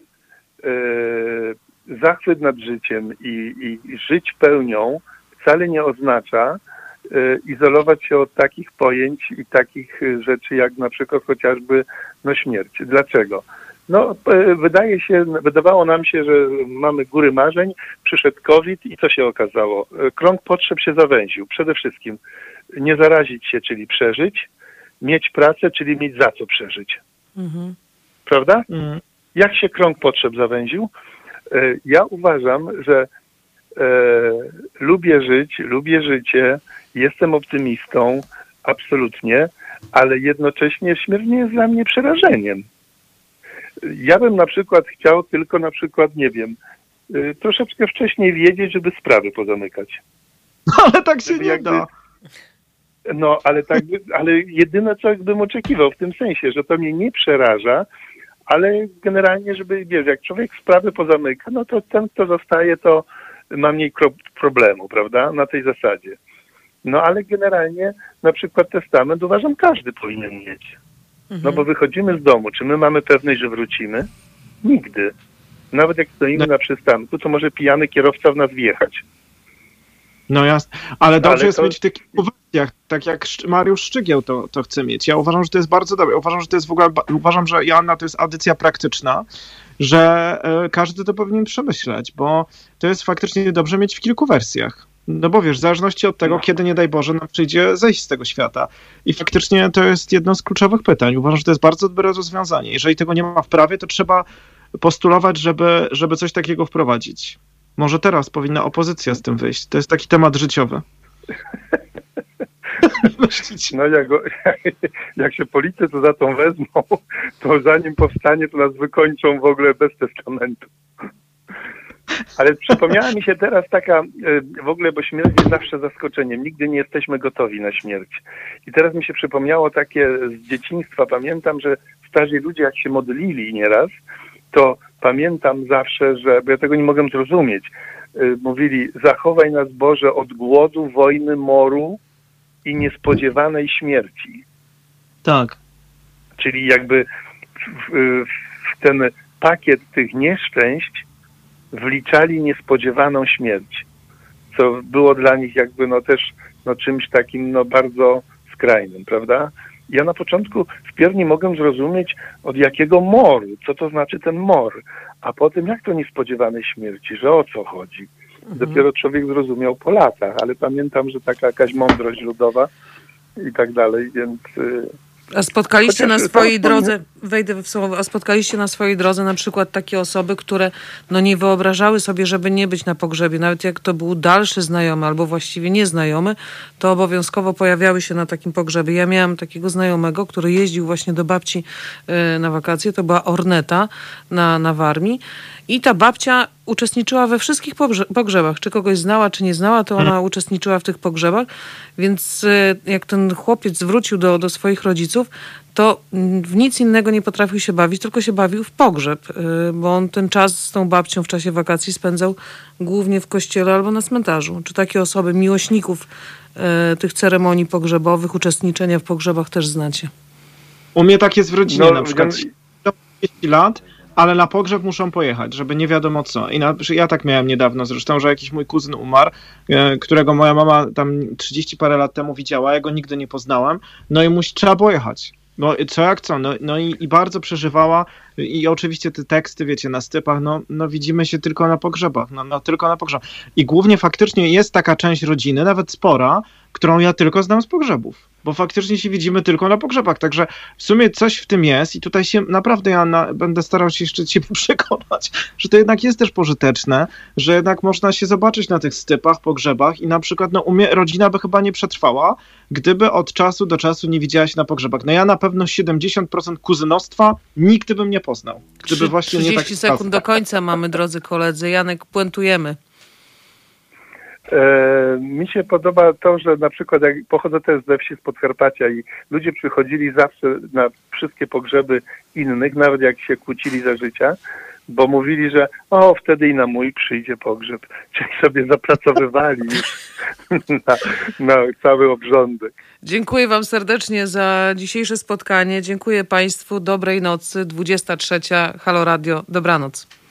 Speaker 8: zachwyt nad życiem i żyć pełnią wcale nie oznacza izolować się od takich pojęć i takich rzeczy, jak na przykład chociażby śmierć. Dlaczego? No, wydawało nam się, że mamy góry marzeń, przyszedł COVID i co się okazało? Krąg potrzeb się zawęził. Przede wszystkim nie zarazić się, czyli przeżyć, mieć pracę, czyli mieć za co przeżyć. Mhm. Prawda? Mhm. Jak się krąg potrzeb zawęził? Ja uważam, że lubię żyć, lubię życie, jestem optymistą, absolutnie, ale jednocześnie śmierć nie jest dla mnie przerażeniem. Ja bym na przykład chciał tylko nie wiem, troszeczkę wcześniej wiedzieć, żeby sprawy pozamykać.
Speaker 5: No ale tak się nie da.
Speaker 8: No, ale jedyne, co bym oczekiwał w tym sensie, że to mnie nie przeraża, ale generalnie, żeby, wiesz, jak człowiek sprawy pozamyka, no to ten, kto zostaje, to ma mniej problemu, prawda, na tej zasadzie. No, ale generalnie na przykład testament uważam, każdy powinien mieć. No, bo wychodzimy z domu, czy my mamy pewność, że wrócimy? Nigdy. Nawet jak stoimy na przystanku, to może pijany kierowca w nas wjechać.
Speaker 5: No jasne, ale dobrze jest mieć w tych wersjach, tak jak Mariusz Szczygieł to chce mieć. Ja uważam, że to jest bardzo dobre. Uważam, że Joanna to jest audycja praktyczna, że każdy to powinien przemyśleć, bo to jest faktycznie dobrze mieć w kilku wersjach. No bo wiesz, w zależności od tego, kiedy nie daj Boże nam przyjdzie zejść z tego świata. I faktycznie to jest jedno z kluczowych pytań. Uważam, że to jest bardzo dobre rozwiązanie. Jeżeli tego nie ma w prawie, to trzeba postulować, żeby coś takiego wprowadzić. Może teraz powinna opozycja z tym wyjść. To jest taki temat życiowy.
Speaker 8: No jak się politycy za tą wezmą, to zanim powstanie, to nas wykończą w ogóle bez testamentu. Ale przypomniała mi się teraz taka, w ogóle, bo śmierć jest zawsze zaskoczeniem. Nigdy nie jesteśmy gotowi na śmierć. I teraz mi się przypomniało takie z dzieciństwa. Pamiętam, że starzy ludzie, jak się modlili nieraz, to pamiętam zawsze, bo ja tego nie mogłem zrozumieć. Mówili, zachowaj nas Boże od głodu, wojny, moru i niespodziewanej śmierci.
Speaker 5: Tak.
Speaker 8: Czyli jakby w ten pakiet tych nieszczęść wliczali niespodziewaną śmierć, co było dla nich jakby też czymś takim bardzo skrajnym, prawda? Ja na początku wpierw nie mogłem zrozumieć, od jakiego moru, co to znaczy ten mor, a potem jak to niespodziewanej śmierci, że o co chodzi. Dopiero człowiek zrozumiał po latach, ale pamiętam, że taka jakaś mądrość ludowa i tak dalej, więc...
Speaker 1: A spotkaliście na swojej drodze, wejdę w słowo, a spotkaliście na swojej drodze na przykład takie osoby, które nie wyobrażały sobie, żeby nie być na pogrzebie, nawet jak to był dalszy znajomy albo właściwie nieznajomy, to obowiązkowo pojawiały się na takim pogrzebie. Ja miałam takiego znajomego, który jeździł właśnie do babci na wakacje, to była Orneta na Warmii i ta babcia uczestniczyła we wszystkich pogrzebach. Czy kogoś znała, czy nie znała, to ona uczestniczyła w tych pogrzebach. Więc jak ten chłopiec wrócił do swoich rodziców, to w nic innego nie potrafił się bawić, tylko się bawił w pogrzeb, bo on ten czas z tą babcią w czasie wakacji spędzał głównie w kościele albo na cmentarzu. Czy takie osoby, miłośników tych ceremonii pogrzebowych, uczestniczenia w pogrzebach też znacie?
Speaker 5: U mnie tak jest w rodzinie, na przykład 40 lat, ale na pogrzeb muszą pojechać, żeby nie wiadomo co. I ja tak miałem niedawno zresztą, że jakiś mój kuzyn umarł, którego moja mama tam 30 parę lat temu widziała, ja go nigdy nie poznałem, no i trzeba pojechać. No co jak co, no i bardzo przeżywała i oczywiście te teksty, wiecie, na stypach, no widzimy się tylko na pogrzebach, no tylko na pogrzebach. I głównie faktycznie jest taka część rodziny, nawet spora, którą ja tylko znam z pogrzebów, bo faktycznie się widzimy tylko na pogrzebach, także w sumie coś w tym jest i tutaj się naprawdę ja będę starał się jeszcze cię przekonać, że to jednak jest też pożyteczne, że jednak można się zobaczyć na tych stypach, pogrzebach i na przykład, no u mnie rodzina by chyba nie przetrwała, gdyby od czasu do czasu nie widziała się na pogrzebach. No ja na pewno 70% kuzynostwa nigdy bym nie poznał. Gdyby właśnie
Speaker 1: 30
Speaker 5: nie tak
Speaker 1: sekund do końca mamy, drodzy koledzy. Janek, puentujemy.
Speaker 8: Mi się podoba to, że na przykład jak pochodzę też ze wsi z Podkarpacia i ludzie przychodzili zawsze na wszystkie pogrzeby innych, nawet jak się kłócili za życia, bo mówili, że wtedy i na mój przyjdzie pogrzeb. Czyli sobie zapracowywali już na cały obrządek.
Speaker 1: Dziękuję wam serdecznie za dzisiejsze spotkanie. Dziękuję państwu. Dobrej nocy. 23. Halo Radio. Dobranoc.